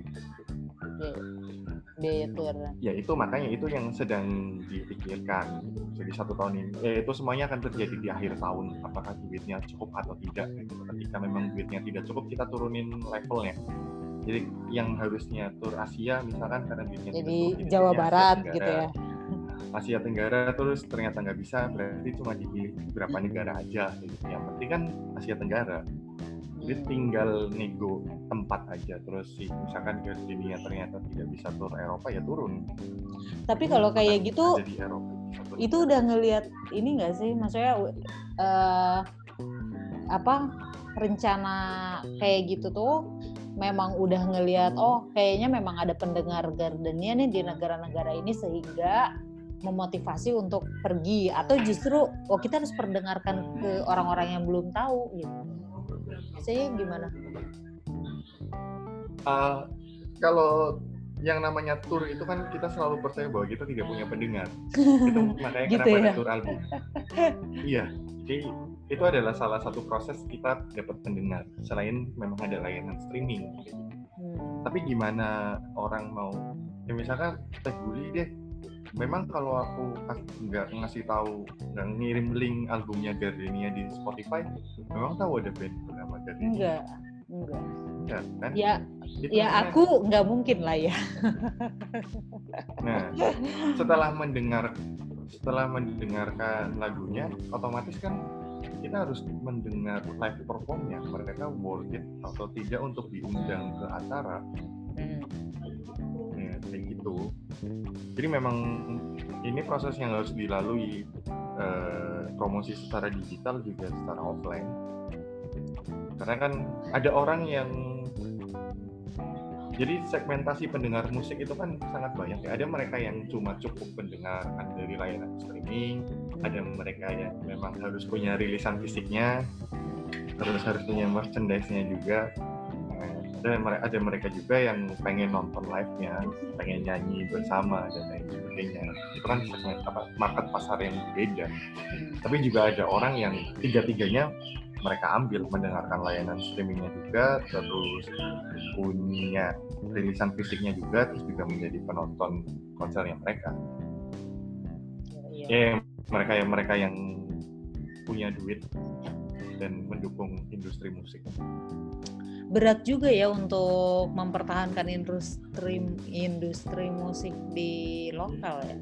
Speaker 2: Biaya tur.
Speaker 1: Ya itu makanya itu yang sedang dipikirkan. Jadi satu tahun ini, eh, itu semuanya akan terjadi di akhir tahun. Apakah duitnya cukup atau tidak? Ketika memang duitnya tidak cukup, kita turunin levelnya. Jadi yang harusnya tur Asia misalkan karena duitnya
Speaker 2: jadi
Speaker 1: cukup,
Speaker 2: Jawa Barat Tenggara, gitu ya.
Speaker 1: Asia Tenggara terus ternyata nggak bisa, berarti cuma dipilih beberapa negara aja. Gitu. Yang penting kan Asia Tenggara. Jadi tinggal nego tempat aja, terus sih misalkan Gardenia ternyata tidak bisa tur Eropa ya turun.
Speaker 2: Tapi kalau kayak gitu,
Speaker 1: di Eropa,
Speaker 2: itu udah ngelihat ini nggak sih, maksudnya uh, apa rencana kayak gitu tuh memang udah ngelihat oh kayaknya memang ada pendengar Gardenia nih di negara-negara ini sehingga memotivasi untuk pergi, atau justru oh kita harus perdengarkan ke orang-orang yang belum tahu gitu. Saya gimana?
Speaker 1: Uh, kalau yang namanya tour itu kan kita selalu percaya bahwa kita tidak punya pendengar. Itu makanya
Speaker 2: gitu
Speaker 1: kenapa
Speaker 2: ya?
Speaker 1: ada tour album. Iya, jadi itu adalah salah satu proses kita dapat pendengar. Selain memang ada layanan streaming. Hmm. Tapi gimana orang mau? Ya misalkan Teh Guli deh. Memang kalau aku nggak ngasih tahu, nggak ngirim link albumnya Gardenia di Spotify, memang tahu ada band bernama Gardenia?
Speaker 2: Enggak, enggak.
Speaker 1: Enggak, kan?
Speaker 2: Ya, itu ya namanya. Aku nggak mungkin lah ya.
Speaker 1: Nah, setelah mendengar, setelah mendengarkan lagunya, otomatis kan kita harus mendengar live performnya. Mereka worth it atau tidak untuk diundang ke acara. Hmm. Kayak gitu. Jadi memang ini proses yang harus dilalui, eh, promosi secara digital juga secara offline. Karena kan ada orang yang jadi segmentasi pendengar musik itu kan sangat banyak ya. Ada mereka yang cuma cukup mendengarkan dari layanan streaming, ada mereka yang memang harus punya rilisan fisiknya, terus harus punya merchandise-nya juga. Dan ada mereka juga yang pengen nonton live-nya, pengen nyanyi bersama dan lain sebagainya. Itu kan segmen apa market pasar yang berbeda. Tapi juga ada orang yang tiga-tiganya mereka ambil, mendengarkan layanan streamingnya juga, terus punya rilisan fisiknya juga, terus juga menjadi penonton konsernya mereka. Ya, ya mereka yang mereka yang punya duit dan mendukung industri musik.
Speaker 2: Berat juga ya untuk mempertahankan industri industri musik di lokal ya.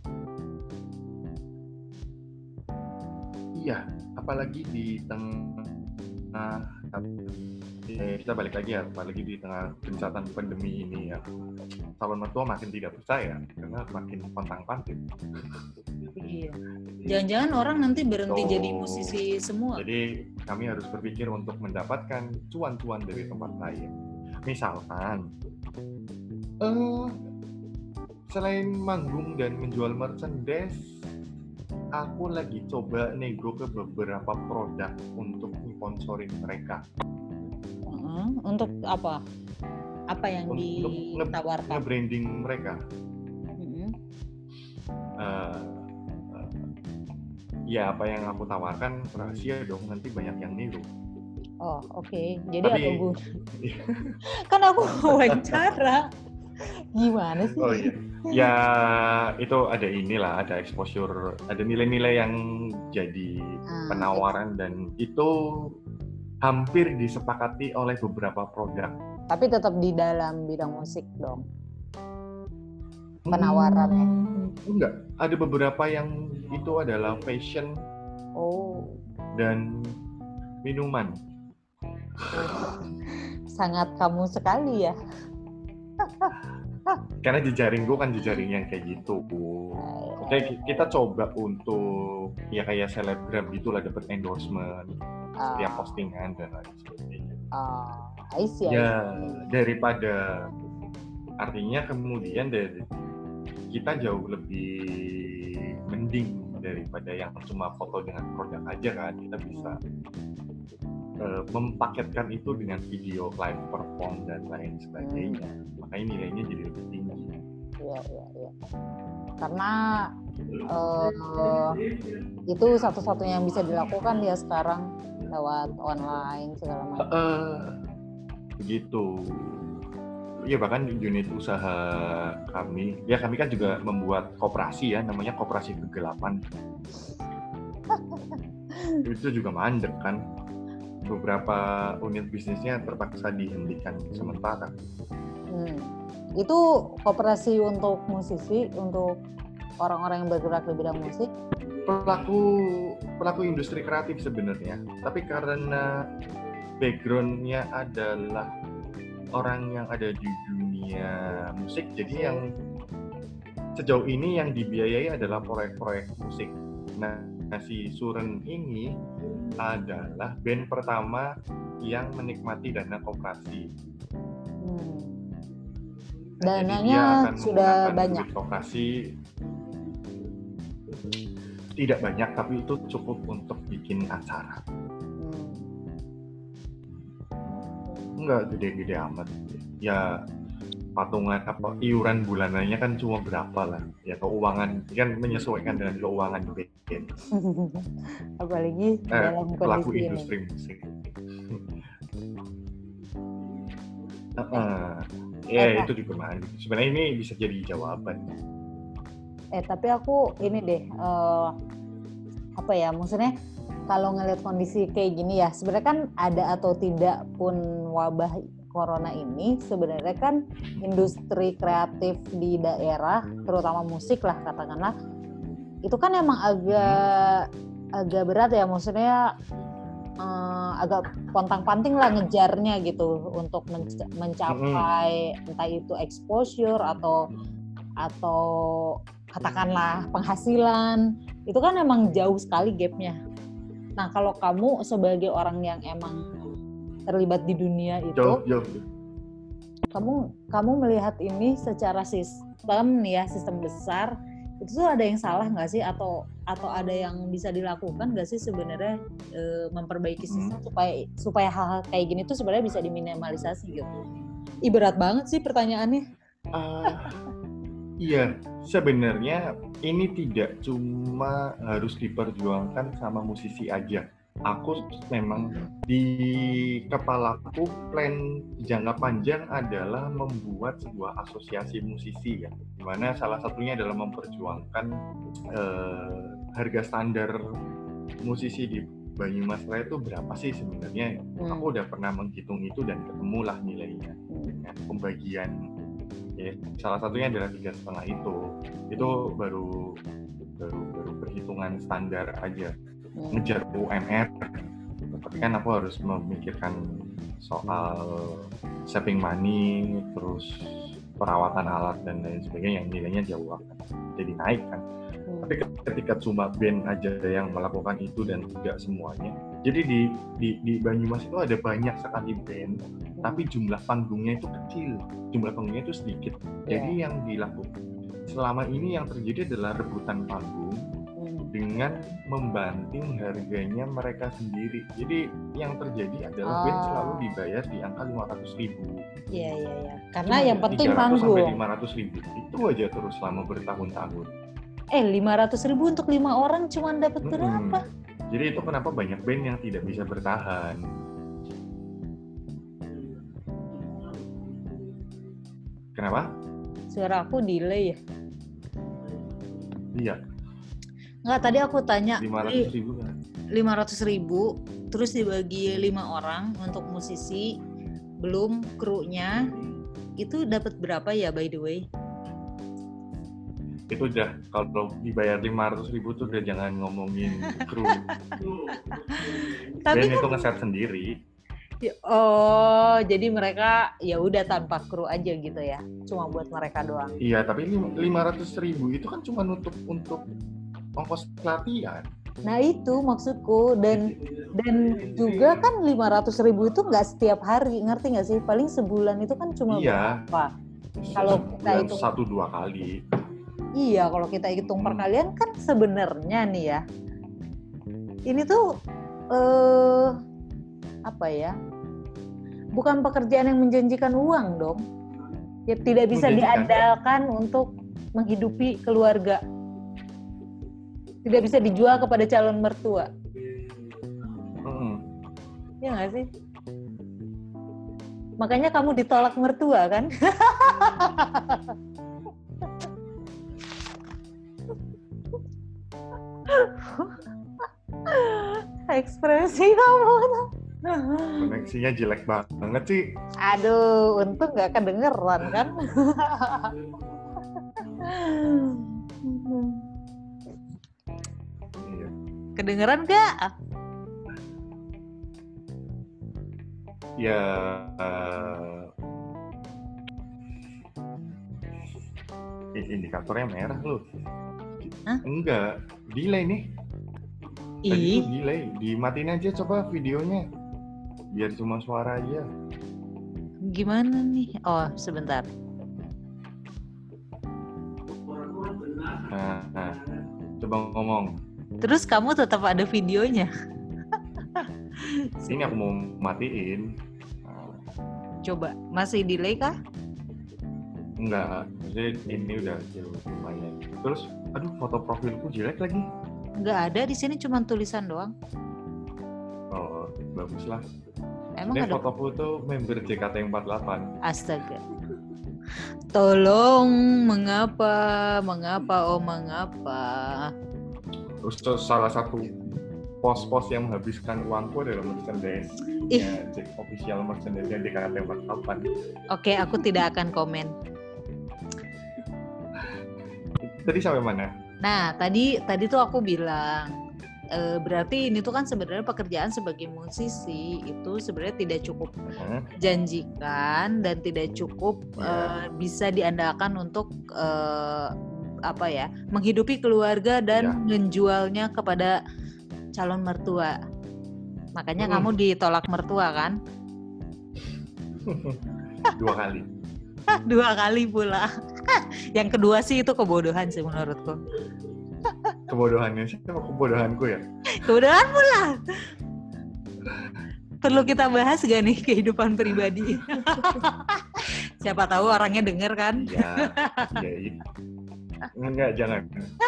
Speaker 1: Iya, apalagi di tengah eh, kita balik lagi ya, apalagi di tengah gencatan pandemi ini ya. Calon mertua makin tidak percaya karena makin pontang-panting.
Speaker 2: Iya. Jangan-jangan orang nanti berhenti so, jadi musisi semua.
Speaker 1: Jadi kami harus berpikir untuk mendapatkan cuan-cuan dari tempat lain. Misalkan, uh, selain manggung dan menjual merchandise, aku lagi coba nego ke beberapa produk untuk sponsorin mereka.
Speaker 2: Uh, untuk apa? Apa yang
Speaker 1: untuk
Speaker 2: ditawarkan?
Speaker 1: Untuk nge-branding mereka. Uh-huh. Uh, Ya apa yang aku tawarkan rahasia dong, nanti banyak yang niru.
Speaker 2: Oh oke, okay. Jadi Tapi, apa Bu? Kan aku wawancara. Gimana sih?
Speaker 1: Oh iya. Ya itu ada inilah, ada exposure, ada nilai-nilai yang jadi ah, penawaran okay. Dan itu hampir disepakati oleh beberapa produk.
Speaker 2: Tapi tetap di dalam bidang musik dong. penawarannya?
Speaker 1: Hmm, enggak, ada beberapa yang itu adalah fashion.
Speaker 2: Oh.
Speaker 1: Dan minuman.
Speaker 2: Sangat kamu sekali ya.
Speaker 1: Karena jejaring gue kan jejaring yang kayak gitu. Oke, kita coba untuk ya kayak selebgram gitulah, dapat endorsement uh, setiap postingan dan lain sebagainya.
Speaker 2: Ah, uh, I see,
Speaker 1: ya I see. Daripada artinya kemudian dari kita jauh lebih mending daripada yang cuma foto dengan produk aja kan, kita bisa uh, mempaketkan itu dengan video live perform dan lain sebagainya. Hmm. Makanya nilainya jadi lebih tinggi.
Speaker 2: Iya, iya, iya. Karena uh, itu satu-satunya yang bisa dilakukan ya sekarang lewat online segala macam.
Speaker 1: Uh, begitu. Ya bahkan unit usaha kami, ya kami kan juga membuat koperasi ya, namanya Koperasi Kegelapan. Itu juga mandek kan. Beberapa unit bisnisnya terpaksa dihentikan sementara.
Speaker 2: Hmm. Itu koperasi untuk musisi, untuk orang-orang yang bergerak di bidang musik?
Speaker 1: Pelaku pelaku industri kreatif sebenarnya, tapi karena background-nya adalah orang yang ada di dunia musik, jadi yang sejauh ini yang dibiayai adalah proyek-proyek musik. Nah, si Suren ini adalah band pertama yang menikmati dana koperasi.
Speaker 2: Hmm. Dananya sudah banyak.
Speaker 1: Koperasi tidak banyak, tapi itu cukup untuk bikin acara. Enggak gede-gede amat ya, patungan apa iuran bulanannya kan cuma berapa lah ya, keuangan kan menyesuaikan dengan keuangan band.
Speaker 2: Apalagi eh, dalam
Speaker 1: pelaku
Speaker 2: kondisi
Speaker 1: industri
Speaker 2: ini.
Speaker 1: Musik. uh, uh, ya eh, itu juga mahal. Sebenarnya ini bisa jadi jawaban.
Speaker 2: Eh tapi aku ini deh uh, apa ya, maksudnya kalau ngelihat kondisi kayak gini ya, sebenarnya kan ada atau tidak pun wabah corona ini, sebenarnya kan industri kreatif di daerah, terutama musik lah katakanlah, itu kan emang agak agak berat ya, maksudnya eh, agak pontang-panting lah ngejarnya gitu untuk menc- mencapai hmm. entah itu exposure atau atau katakanlah penghasilan, itu kan emang jauh sekali gapnya. Nah, kalau kamu sebagai orang yang emang terlibat di dunia itu, jauh, jauh. kamu kamu melihat ini secara sistem nih ya, sistem besar, itu tuh ada yang salah nggak sih, atau atau ada yang bisa dilakukan nggak sih sebenarnya e, memperbaiki sistem hmm. supaya supaya hal-hal kayak gini tuh sebenarnya bisa diminimalisasi gitu? Ih, berat banget sih pertanyaannya.
Speaker 1: Uh, iya, sebenarnya ini tidak cuma harus diperjuangkan sama musisi aja. Aku memang di kepalaku plan jangka panjang adalah membuat sebuah asosiasi musisi ya, dimana salah satunya adalah memperjuangkan eh, harga standar musisi di Banyumas Raya itu berapa sih sebenarnya. Hmm. Aku udah pernah menghitung itu dan ketemulah nilainya dengan pembagian. Ya, salah satunya adalah tiga setengah itu. Itu baru baru baru perhitungan standar aja. Ngejar U M R. Tapi kan aku harus memikirkan soal saving money, terus perawatan alat dan lain sebagainya yang nilainya jauh akan jadi naik kan. Hmm. Tapi ketika cuma band aja yang melakukan itu dan tidak semuanya. Jadi di di di Banyumas itu ada banyak sekali band, hmm. tapi jumlah panggungnya itu kecil, jumlah panggungnya itu sedikit. Yeah. Jadi yang dilakukan selama ini yang terjadi adalah rebutan panggung hmm. dengan membanting harganya mereka sendiri. Jadi yang terjadi adalah oh. band selalu dibayar di angka lima ratus ribu.
Speaker 2: Iya iya iya. Karena cuma yang penting panggung.
Speaker 1: tiga ratus sampai lima ratus ribu itu aja terus selama bertahun-tahun.
Speaker 2: Eh lima ratus ribu untuk lima orang cuma dapat hmm. berapa?
Speaker 1: Jadi itu kenapa banyak band yang tidak bisa bertahan. Kenapa?
Speaker 2: Suara aku delay ya?
Speaker 1: Iya.
Speaker 2: Enggak, tadi aku tanya
Speaker 1: lima ratus ribu kan?
Speaker 2: lima ratus ribu terus dibagi lima orang untuk musisi, belum krunya, itu dapat berapa ya by the way?
Speaker 1: itu udah kalau dibayar lima ratus ribu tuh udah jangan ngomongin kru.
Speaker 2: Tapi
Speaker 1: band
Speaker 2: kan,
Speaker 1: itu ngeset sendiri.
Speaker 2: oh jadi mereka ya udah tanpa kru aja gitu ya, cuma buat mereka doang.
Speaker 1: Iya, tapi lima ratus ribu itu kan cuma untuk untuk ongkos latihan.
Speaker 2: Nah itu maksudku, dan dan juga kan lima ratus ribu itu nggak setiap hari, ngerti nggak sih? Paling sebulan itu kan cuma
Speaker 1: iya.
Speaker 2: berapa? Kalau kita itu
Speaker 1: satu dua kali.
Speaker 2: Iya, kalau kita hitung
Speaker 1: Hmm.
Speaker 2: perkalian kan sebenarnya nih ya, ini tuh eh, apa ya? Bukan pekerjaan yang menjanjikan uang dong. Ya tidak bisa
Speaker 1: Menjanjikan.
Speaker 2: diandalkan untuk menghidupi keluarga. Tidak bisa dijual kepada calon mertua.
Speaker 1: Hmm.
Speaker 2: Ya nggak sih? Makanya kamu ditolak mertua kan? Ekspresi kamu.
Speaker 1: Koneksinya jelek banget sih.
Speaker 2: Aduh, untung nggak kedengeran kan?
Speaker 1: Iya.
Speaker 2: Kedengeran nggak?
Speaker 1: Ya uh, indikatornya merah loh.
Speaker 2: Hah?
Speaker 1: Enggak, delay nih. Tadi
Speaker 2: Ih,
Speaker 1: tuh delay. Dimatiin aja coba videonya. Biar cuma suara aja.
Speaker 2: gimana nih? Oh, sebentar.
Speaker 1: Nah, nah, coba ngomong.
Speaker 2: Terus kamu tetap ada videonya?
Speaker 1: Ini aku mau matiin.
Speaker 2: Coba, masih delay kah?
Speaker 1: Enggak, maksudnya ini udah jauh lumayan. Terus, aduh foto profilku jelek lagi.
Speaker 2: Nggak ada, di sini cuma tulisan doang.
Speaker 1: Oh, bagus lah.
Speaker 2: Emang
Speaker 1: Ini
Speaker 2: ada?
Speaker 1: fotoku tuh member J K T empat puluh delapan.
Speaker 2: Astaga. Tolong, mengapa, mengapa, oh mengapa?
Speaker 1: Terus salah satu pos-pos yang menghabiskan uangku adalah merchandise.
Speaker 2: Ih.
Speaker 1: Ya, official merchandise J K T empat puluh delapan.
Speaker 2: Oke, aku tidak akan komen.
Speaker 1: Tadi sampai mana?
Speaker 2: Nah, tadi tadi tuh aku bilang, e, berarti ini tuh kan sebenarnya pekerjaan sebagai musisi itu sebenarnya tidak cukup
Speaker 1: Hmm?
Speaker 2: janjikan dan tidak cukup
Speaker 1: Ya.
Speaker 2: e, bisa diandalkan untuk e, apa ya, menghidupi keluarga dan
Speaker 1: Ya.
Speaker 2: menjualnya kepada calon mertua. Makanya
Speaker 1: Hmm.
Speaker 2: kamu ditolak mertua kan?
Speaker 1: Dua kali.
Speaker 2: Dua kali pula. Yang kedua sih itu kebodohan sih menurutku.
Speaker 1: Kebodohannya sih apa kebodohanku ya?
Speaker 2: Kebodohan pula. Perlu kita bahas gak nih kehidupan pribadi? Siapa tahu orangnya denger kan?
Speaker 1: Iya. Iya. Iya. Enggak, jangan.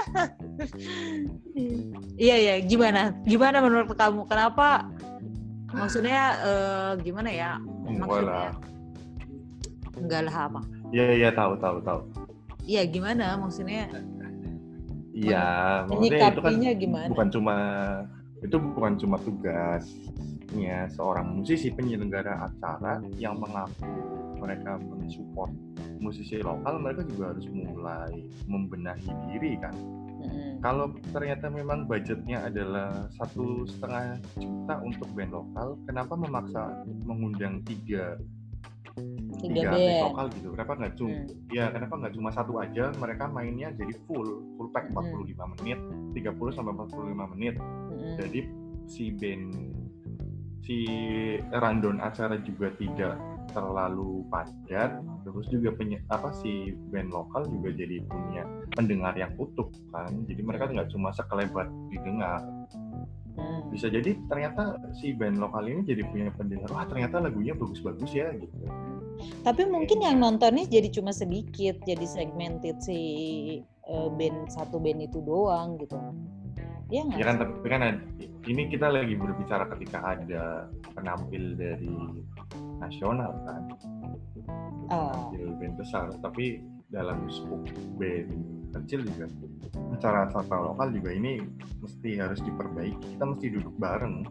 Speaker 2: Iya ya, gimana? Gimana menurut kamu? Kenapa? Maksudnya eh, gimana ya?
Speaker 1: Enggak lah.
Speaker 2: Enggak lah apa?
Speaker 1: Iya, iya, tahu, tahu, tahu.
Speaker 2: Iya, gimana? Maksudnya
Speaker 1: Iya, maksudnya itu kan
Speaker 2: menyikapinya gimana?
Speaker 1: bukan cuma itu bukan cuma tugasnya seorang musisi penyelenggara acara yang mengaku mereka mensupport musisi lokal, mereka juga harus mulai membenahi diri kan.
Speaker 2: Hmm.
Speaker 1: Kalau ternyata memang budgetnya adalah satu setengah juta untuk band lokal, kenapa memaksa mengundang tiga tiga artis lokal gitu? Kenapa nggak cuma
Speaker 2: Hmm.
Speaker 1: ya kenapa nggak cuma satu aja? Mereka mainnya jadi full full pack empat puluh lima menit, tiga puluh sampai empat puluh lima menit.
Speaker 2: Hmm.
Speaker 1: Jadi si band si rundown acara juga tidak terlalu padat, terus juga penye, apa si band lokal juga jadi punya pendengar yang utuh kan, jadi mereka nggak cuma sekelebat didengar.
Speaker 2: Hmm.
Speaker 1: Bisa jadi ternyata si band lokal ini jadi punya pendengar, wah ternyata lagunya bagus-bagus ya gitu.
Speaker 2: Tapi mungkin yang nontonnya jadi cuma sedikit, jadi segmented si uh, band satu band itu doang gitu. Ya nggak?
Speaker 1: Ya kan, tapi kan ada, ini kita lagi berbicara ketika ada penampil dari nasional kan,
Speaker 2: Oh.
Speaker 1: penampil band besar, tapi dalam skup band kecil juga, acara-acara lokal juga ini mesti harus diperbaiki. Kita mesti duduk bareng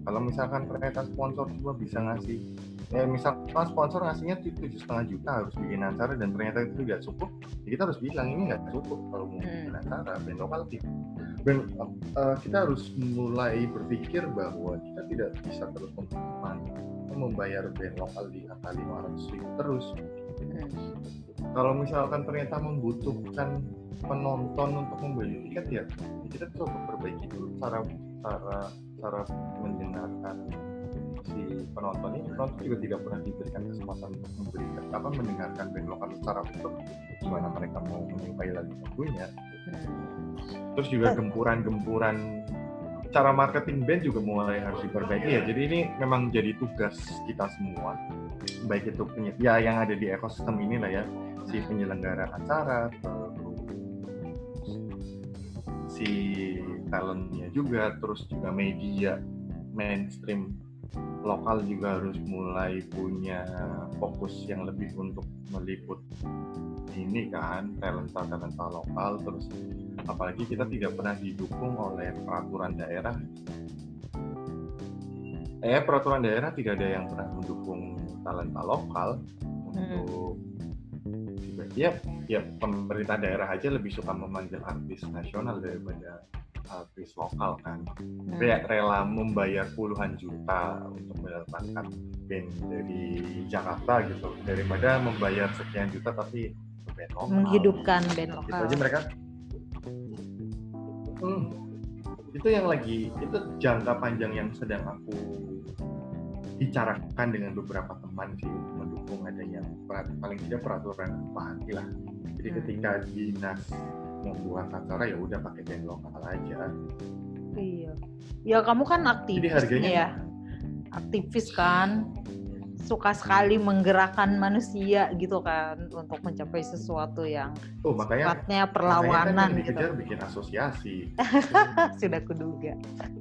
Speaker 1: Kalau misalkan ternyata sponsor cuma bisa ngasih, ya misalkan sponsor ngasihnya tujuh setengah juta harus bikin acara dan ternyata itu tidak cukup, ya kita harus bilang ini nggak cukup kalau mau bikin acara band lokal gitu. Dan uh, kita harus mulai berpikir bahwa kita tidak bisa terus membayar band lokal di angka lima ratus ribu terus. Kalau misalkan ternyata membutuhkan penonton untuk membeli tiket, ya kita coba perbaiki dulu cara cara cara mendengarkan si penonton ini. Penonton juga tidak pernah diberikan kesempatan untuk memberikan apa mendengarkan band lokal secara utuh, gimana mereka mau menyukai lagu-lagunya. Terus juga gempuran-gempuran cara marketing band juga mulai harus diperbaiki ya. Jadi ini memang jadi tugas kita semua, baik itu penye- ya yang ada di ekosistem ini lah ya, si penyelenggara acara, si talentnya juga, terus juga media mainstream lokal juga harus mulai punya fokus yang lebih untuk meliput ini kan, talenta-talenta lokal. Terus apalagi kita tidak pernah didukung oleh peraturan daerah. Eh, peraturan daerah tidak ada yang pernah mendukung talenta lokal untuk hmm. ya, ya pemerintah daerah aja lebih suka memanggil artis nasional daripada artis lokal kan. Hmm. Kayak rela membayar puluhan juta untuk mendapatkan band dari Jakarta gitu daripada membayar sekian juta tapi band lokal.
Speaker 2: Menghidupkan band lokal.
Speaker 1: Itu aja mereka. Hmm, itu yang lagi, itu jangka panjang yang sedang aku bicarakan dengan beberapa teman sih, mendukung adanya paling tidak peraturan pasti lah. Jadi hmm. ketika dinas membuat acara ya udah pakai band lokal aja.
Speaker 2: Iya. Ya kamu kan aktivis. Jadi harganya ya. Aktivis kan. Suka sekali menggerakkan manusia gitu kan untuk mencapai sesuatu yang
Speaker 1: oh, makanya,
Speaker 2: sifatnya perlawanan
Speaker 1: makanya kan
Speaker 2: gitu.
Speaker 1: Bikin asosiasi.
Speaker 2: Sudah kuduga.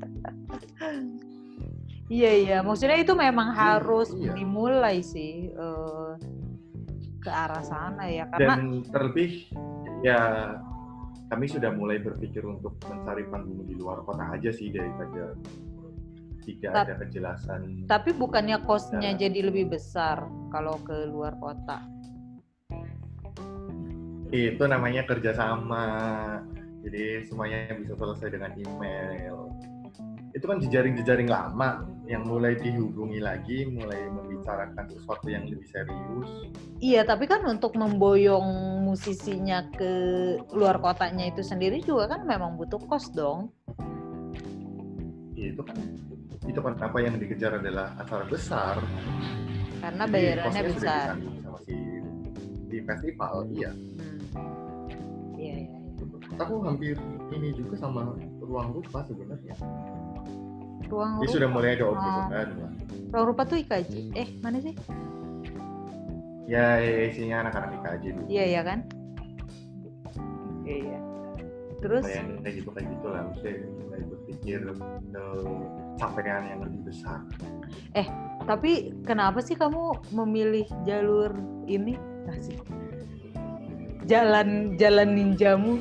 Speaker 2: Iya iya, maksudnya itu memang harus iya. dimulai sih uh, ke arah sana ya karena
Speaker 1: dan terlebih ya kami sudah mulai berpikir untuk mencari panggung di luar kota aja sih daripada tidak Ta- ada kejelasan.
Speaker 2: Tapi bukannya kosnya ya. jadi lebih besar kalau ke luar kota?
Speaker 1: Itu namanya kerjasama. Jadi semuanya bisa selesai dengan email. Itu kan jejaring-jejaring lama yang mulai dihubungi lagi, mulai membicarakan sesuatu yang lebih serius.
Speaker 2: Iya, tapi kan untuk memboyong musisinya ke luar kotanya itu sendiri juga kan memang butuh kos dong.
Speaker 1: Iya, itu kan itu kan apa yang dikejar adalah acara besar
Speaker 2: karena bayarannya besar
Speaker 1: sama si di festival. Iya
Speaker 2: hmm. iya iya
Speaker 1: aku hampir ini juga sama Ruang Rupa sebenarnya.
Speaker 2: Ruang
Speaker 1: Rupa sudah mulai ada obrolan lah.
Speaker 2: Ruang Rupa tuh I K J eh mana sih
Speaker 1: ya isinya anak-anak I K J dulu.
Speaker 2: Iya ya kan iya terus
Speaker 1: kayak kayak gitu kayak gitu lah, mesti mulai berpikir ke capaian yang lebih besar.
Speaker 2: Eh, tapi kenapa sih kamu memilih jalur ini? Asik. Jalan jalan ninjamu.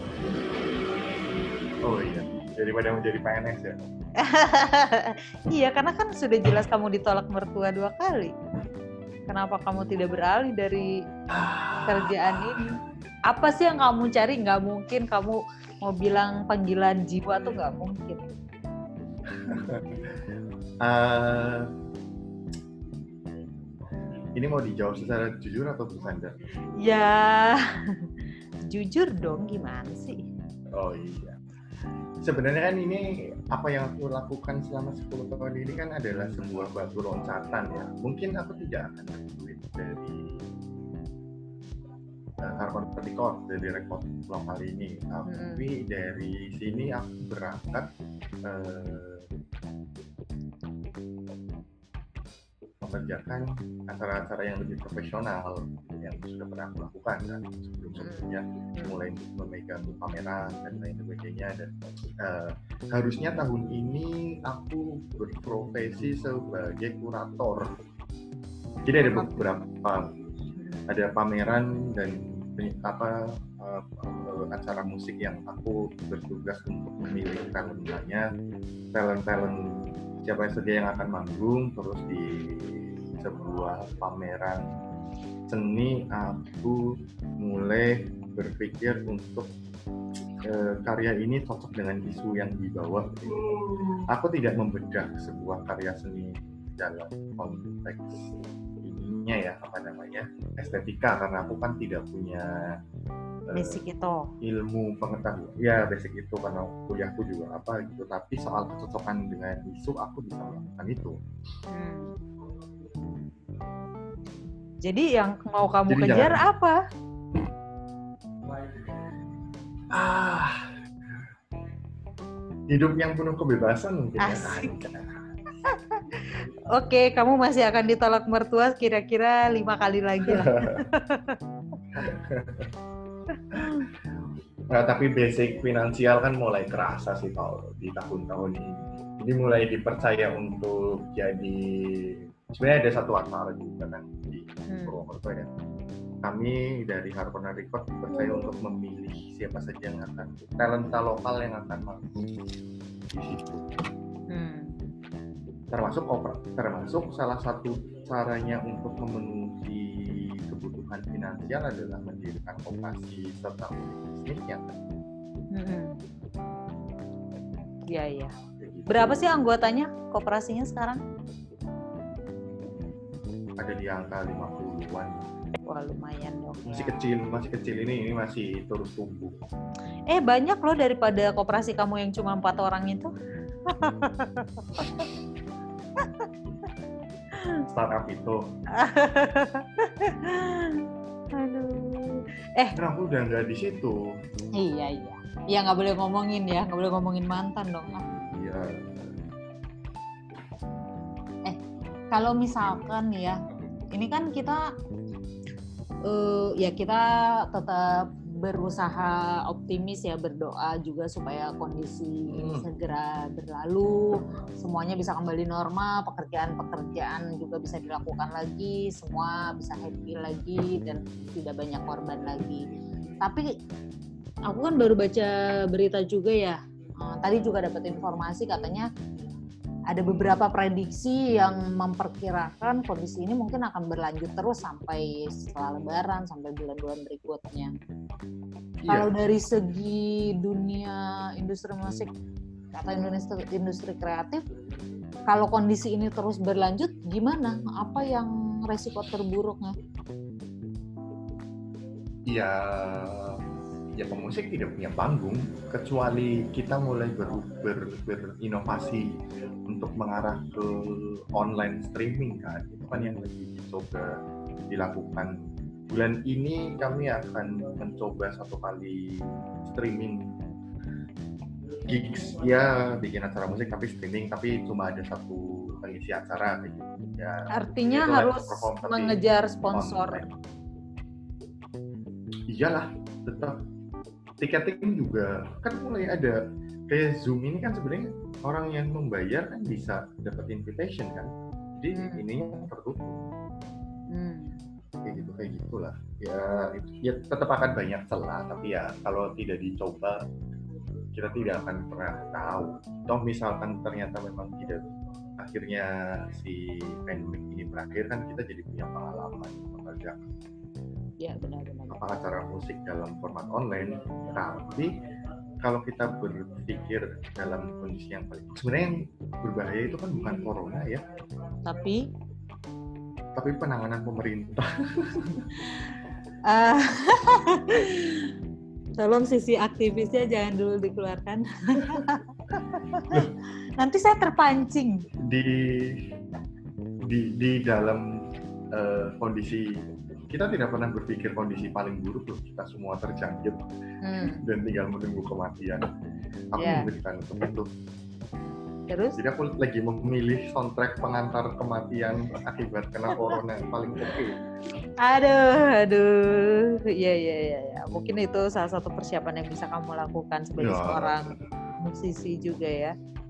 Speaker 1: Oh iya, daripada menjadi P N S ya.
Speaker 2: Iya, karena kan sudah jelas kamu ditolak mertua dua kali. Kenapa kamu tidak beralih dari kerjaan ini? Apa sih yang kamu cari? Nggak mungkin kamu mau bilang panggilan jiwa tuh nggak mungkin.
Speaker 1: uh, ini mau dijawab secara jujur atau bercanda?
Speaker 2: Ya, jujur dong, gimana sih?
Speaker 1: Oh iya. Sebenarnya kan ini apa yang aku lakukan selama sepuluh tahun ini kan adalah sebuah batu loncatan ya. Mungkin aku tidak akan berduit dari Carbon Record dari rekod lokal ini, tapi hmm. dari sini aku berangkat eh, mengerjakan acara-acara yang lebih profesional yang sudah pernah aku lakukan kan sebelum-sebelumnya, mulai memegang pameran dan lain sebagainya. Dan eh, harusnya tahun ini aku berprofesi sebagai kurator. Jadi ada beberapa, ada pameran dan apa uh, uh, acara musik yang aku bertugas untuk memilih talentanya, talent-talent siapa saja yang akan manggung, terus di sebuah pameran seni aku mulai berpikir untuk eh, karya ini cocok dengan isu yang dibawa. Aku tidak membedah sebuah karya seni dalam konteks ininya ya, apa namanya, estetika, karena aku kan tidak punya eh,
Speaker 2: Basic itu.
Speaker 1: ilmu pengetahuan. Ya basic itu karena kuliahku juga apa gitu. Tapi soal kecocokan dengan isu aku bisa melakukan itu.
Speaker 2: Hmm. Jadi yang mau kamu
Speaker 1: Jadi
Speaker 2: kejar
Speaker 1: jangan-
Speaker 2: apa?
Speaker 1: Ah, hidup yang penuh kebebasan mungkin.
Speaker 2: Asik.
Speaker 1: Ya.
Speaker 2: Oke, kamu masih akan ditolak mertua kira-kira lima kali lagi lah.
Speaker 1: Nah, tapi basic finansial kan mulai kerasa sih kalau di tahun-tahun ini. Jadi mulai dipercaya untuk jadi, sebenarnya ada satu acara juga kan di
Speaker 2: Hmm.
Speaker 1: Purwokerto ya. Kami dari Harkona Record dipercaya untuk memilih siapa saja yang akan, talenta lokal yang akan manggung di situ.
Speaker 2: Hmm.
Speaker 1: Termasuk oper, termasuk salah satu caranya untuk memenuhi kebutuhan finansial adalah mendirikan koperasi serta bisnisnya.
Speaker 2: Hmm. Iya, iya.
Speaker 1: Gitu.
Speaker 2: Berapa sih anggotanya koperasinya sekarang?
Speaker 1: Ada di angka lima puluhan.
Speaker 2: Wah, lumayan dong.
Speaker 1: Masih
Speaker 2: Ya.
Speaker 1: kecil, masih kecil ini ini masih terus tumbuh.
Speaker 2: Eh, banyak loh daripada koperasi kamu yang cuma empat orang itu.
Speaker 1: Startup itu.
Speaker 2: Aduh. Eh,
Speaker 1: Kan aku udah nggak di situ.
Speaker 2: iya, iya. Ya nggak boleh ngomongin ya, nggak boleh ngomongin mantan dong.
Speaker 1: Iya.
Speaker 2: Kalau misalkan ya, ini kan kita uh, ya kita tetap berusaha optimis ya, berdoa juga supaya kondisi ini
Speaker 1: Hmm.
Speaker 2: segera berlalu, semuanya bisa kembali normal, pekerjaan-pekerjaan juga bisa dilakukan lagi, semua bisa happy lagi dan tidak banyak korban lagi. Tapi aku kan baru baca berita juga ya, uh, tadi juga dapat informasi katanya ada beberapa prediksi yang memperkirakan kondisi ini mungkin akan berlanjut terus sampai setelah Lebaran, sampai bulan-bulan berikutnya.
Speaker 1: Iya.
Speaker 2: Kalau dari segi dunia industri musik atau industri, industri kreatif, kalau kondisi ini terus berlanjut, gimana? Apa yang resiko terburuknya?
Speaker 1: Ya, ya pemusik tidak punya panggung kecuali kita mulai ber, ber, berinovasi untuk mengarah ke online streaming kan, itu kan yang lagi dicoba dilakukan. Bulan ini kami akan mencoba satu kali streaming gigs, ya bikin acara musik tapi streaming, tapi cuma ada satu pengisi acara gitu. Ya,
Speaker 2: Artinya
Speaker 1: itu live
Speaker 2: harus
Speaker 1: perform, tapi
Speaker 2: mengejar sponsor.
Speaker 1: online. Iyalah, tetap tiketing juga kan mulai ada. Kayak Zoom ini kan sebenarnya orang yang membayar kan bisa dapat invitation kan, jadi
Speaker 2: Hmm.
Speaker 1: ininya tertutup.
Speaker 2: Hmm.
Speaker 1: Kayak gitu, kayak gitulah ya. Ya tetap akan banyak celah, tapi ya kalau tidak dicoba kita tidak akan pernah tahu. Toh misalkan ternyata memang tidak, akhirnya si pandemic ini berakhir kan kita jadi punya pengalaman mengerjakan
Speaker 2: Ya, benar-benar.
Speaker 1: apa acara musik dalam format online. Tapi kalau kita berpikir dalam kondisi yang paling, sebenarnya yang berbahaya itu kan bukan corona ya,
Speaker 2: Tapi
Speaker 1: tapi penanganan pemerintah.
Speaker 2: uh, tolong sisi aktivisnya jangan dulu dikeluarkan. Nanti saya terpancing.
Speaker 1: di di di dalam uh, kondisi kita tidak pernah berpikir kondisi paling buruk loh, kita semua terjangkit
Speaker 2: Hmm.
Speaker 1: dan tinggal menunggu kematian. Aku
Speaker 2: Yeah.
Speaker 1: memberikan untuk itu.
Speaker 2: Terus?
Speaker 1: Jadi aku lagi memilih soundtrack pengantar kematian akibat kena corona yang paling oke.
Speaker 2: Aduh, aduh. Iya, iya, iya. Ya. Mungkin itu salah satu persiapan yang bisa kamu lakukan sebagai
Speaker 1: Ya.
Speaker 2: seorang musisi juga ya.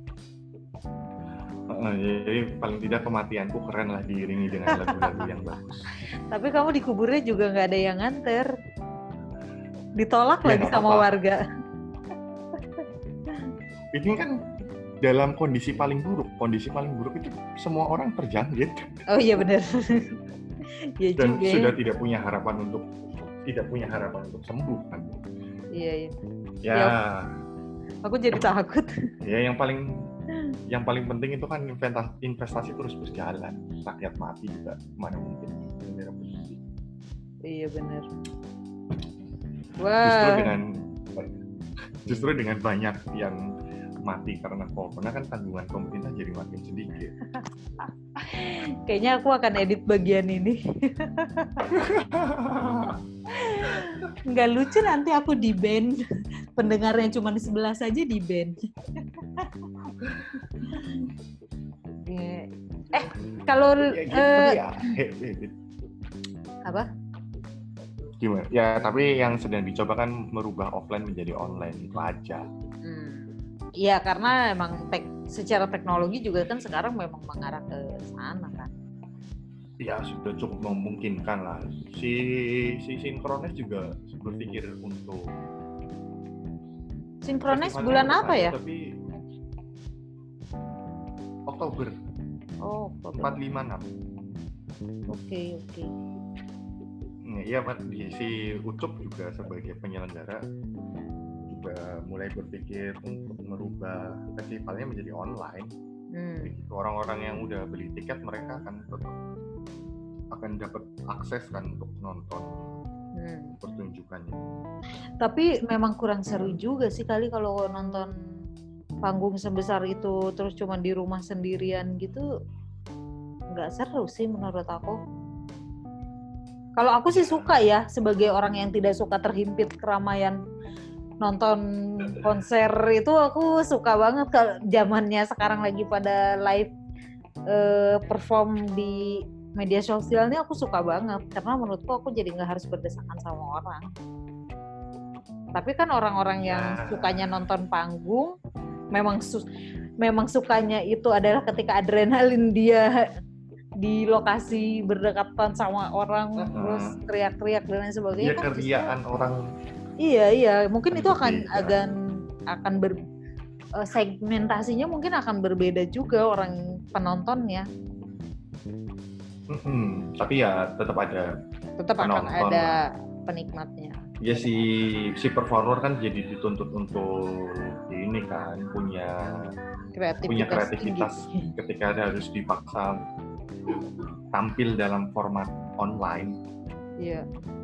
Speaker 1: Uh, jadi paling tidak kematianku keren lah diiringi dengan lagu-lagu yang bagus.
Speaker 2: Tapi kamu di kuburnya juga nggak ada yang nganter. Ditolak
Speaker 1: Ya,
Speaker 2: lagi
Speaker 1: nggak
Speaker 2: sama
Speaker 1: apa-apa.
Speaker 2: warga.
Speaker 1: Ini kan dalam kondisi paling buruk, kondisi paling buruk itu semua orang terjangkit.
Speaker 2: Oh iya benar. Ya
Speaker 1: Dan
Speaker 2: juga.
Speaker 1: sudah tidak punya harapan untuk tidak punya harapan untuk sembuh kan.
Speaker 2: Iya, iya.
Speaker 1: Ya,
Speaker 2: Ya, aku jadi takut.
Speaker 1: ya yang paling yang paling penting itu kan investasi, investasi terus berjalan. Rakyat mati juga mana mungkin negara peduli.
Speaker 2: Iya benar.
Speaker 1: Justru
Speaker 2: Wah,
Speaker 1: dengan justru dengan banyak yang mati karena corona kan tanggungan pemerintah jadi makin sedikit.
Speaker 2: kayaknya aku akan edit bagian ini. Nggak lucu nanti aku di ban. Pendengarnya cuma sebelas aja di ban. eh, kalau
Speaker 1: Ya gitu
Speaker 2: eh,
Speaker 1: ya. He- he-
Speaker 2: apa?
Speaker 1: Gimana? Ya tapi yang sedang dicoba kan merubah offline menjadi online itu aja.
Speaker 2: Hmm. Iya, karena emang tek, secara teknologi juga kan sekarang memang mengarah ke sana kan.
Speaker 1: Ya sudah cukup memungkinkan lah. Si si Synchronize juga berpikir untuk
Speaker 2: Synchronize
Speaker 1: festivalnya
Speaker 2: bulan
Speaker 1: terus
Speaker 2: apa
Speaker 1: ada,
Speaker 2: ya?
Speaker 1: Tapi Oktober
Speaker 2: Oh,
Speaker 1: empat lima enam.
Speaker 2: Oke, oke.
Speaker 1: Iya, Pak. Di si Ucup juga sebagai penyelenggara juga mulai berpikir untuk merubah festivalnya menjadi online.
Speaker 2: Hmm.
Speaker 1: Jadi gitu, orang-orang yang udah beli tiket mereka akan tetap akan dapat akses kan untuk nonton
Speaker 2: Hmm.
Speaker 1: pertunjukannya.
Speaker 2: Tapi memang kurang seru juga sih kali kalau nonton panggung sebesar itu terus cuma di rumah sendirian gitu, nggak seru sih menurut aku. Kalau aku sih suka ya, sebagai orang yang tidak suka terhimpit keramaian nonton konser itu, aku suka banget kalau zamannya sekarang lagi pada live eh, perform di media sosialnya, aku suka banget karena menurutku aku jadi nggak harus berdesakan sama orang. Tapi kan orang-orang yang
Speaker 1: Ya.
Speaker 2: sukanya nonton panggung memang su- memang sukanya itu adalah ketika adrenalin dia di lokasi berdekatan sama orang,
Speaker 1: Uh-uh.
Speaker 2: terus teriak-teriak dan lain sebagainya.
Speaker 1: Ya
Speaker 2: kan
Speaker 1: keriaan
Speaker 2: justru,
Speaker 1: orang.
Speaker 2: iya iya mungkin itu akan
Speaker 1: Berbeda.
Speaker 2: akan akan ber eh, segmentasinya mungkin akan berbeda juga orang penontonnya.
Speaker 1: Mm-mm. Tapi ya tetap ada.
Speaker 2: Tetap akan
Speaker 1: Penonton
Speaker 2: ada
Speaker 1: lah.
Speaker 2: penikmatnya.
Speaker 1: Ya si si performer kan jadi dituntut untuk ini kan punya
Speaker 2: Kreativitas,
Speaker 1: punya kreativitas
Speaker 2: tinggi.
Speaker 1: ketika harus dipaksa tampil dalam format online.
Speaker 2: Iya.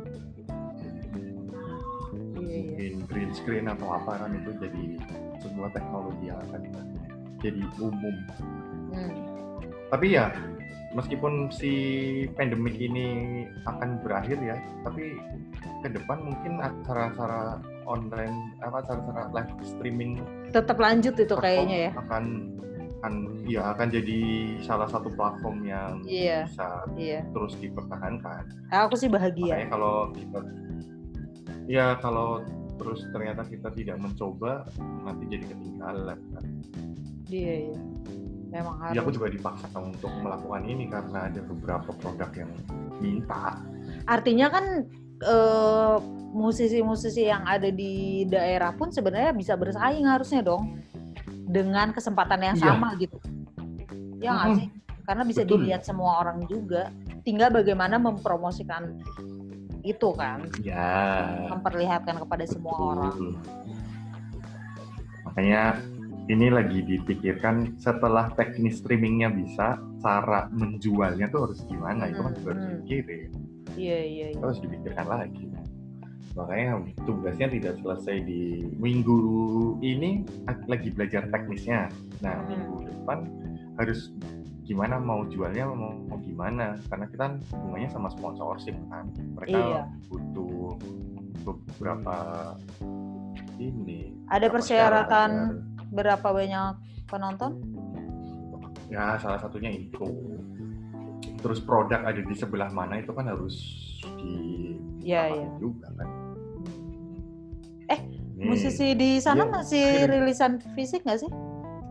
Speaker 2: Iya, iya.
Speaker 1: Mungkin green screen atau apa kan itu jadi sebuah teknologi yang akan jadi umum.
Speaker 2: Hmm.
Speaker 1: Tapi ya meskipun si pandemik ini akan berakhir ya, tapi ke depan mungkin acara-acara online apa acara-acara live streaming
Speaker 2: Tetap lanjut itu kayaknya ya.
Speaker 1: akan akan ya akan jadi salah satu platform yang
Speaker 2: Iya.
Speaker 1: bisa
Speaker 2: Iya.
Speaker 1: terus dipertahankan.
Speaker 2: Aku sih bahagia.
Speaker 1: Makanya kalau kita ya kalau terus ternyata kita tidak mencoba nanti jadi ketinggalan kan.
Speaker 2: Iya, iya. Memang harus.
Speaker 1: Ya aku juga dipaksa untuk melakukan ini karena ada beberapa produk yang minta.
Speaker 2: Artinya kan eh, musisi-musisi yang ada di daerah pun sebenarnya bisa bersaing harusnya dong dengan kesempatan yang
Speaker 1: Iya.
Speaker 2: sama gitu. Ya nggak
Speaker 1: Mm-mm.
Speaker 2: sih? Karena bisa
Speaker 1: Betul.
Speaker 2: dilihat semua orang juga. Tinggal bagaimana mempromosikan itu kan,
Speaker 1: Ya.
Speaker 2: memperlihatkan kepada semua orang.
Speaker 1: Betul. Makanya ini lagi dipikirkan setelah teknis streamingnya bisa, cara menjualnya tuh harus gimana? Itu kan juga harus
Speaker 2: Hmm.
Speaker 1: dipikirin.
Speaker 2: Iya, iya, iya.
Speaker 1: Itu harus dipikirkan lagi. Makanya tugasnya tidak selesai di minggu ini lagi belajar teknisnya. Nah,
Speaker 2: Hmm.
Speaker 1: minggu depan harus gimana mau jualnya mau, mau gimana? Karena kita kan hubungannya sama sponsorship kan. Mereka
Speaker 2: Iya.
Speaker 1: butuh beberapa ini.
Speaker 2: Ada
Speaker 1: beberapa
Speaker 2: persyaratan
Speaker 1: syarat.
Speaker 2: berapa banyak penonton?
Speaker 1: Ya, salah satunya itu. Terus produk ada di sebelah mana itu kan harus di
Speaker 2: Iya,
Speaker 1: apa
Speaker 2: iya.
Speaker 1: juga kan.
Speaker 2: Eh,
Speaker 1: Nih,
Speaker 2: musisi di sana
Speaker 1: iya.
Speaker 2: masih rilisan fisik nggak sih?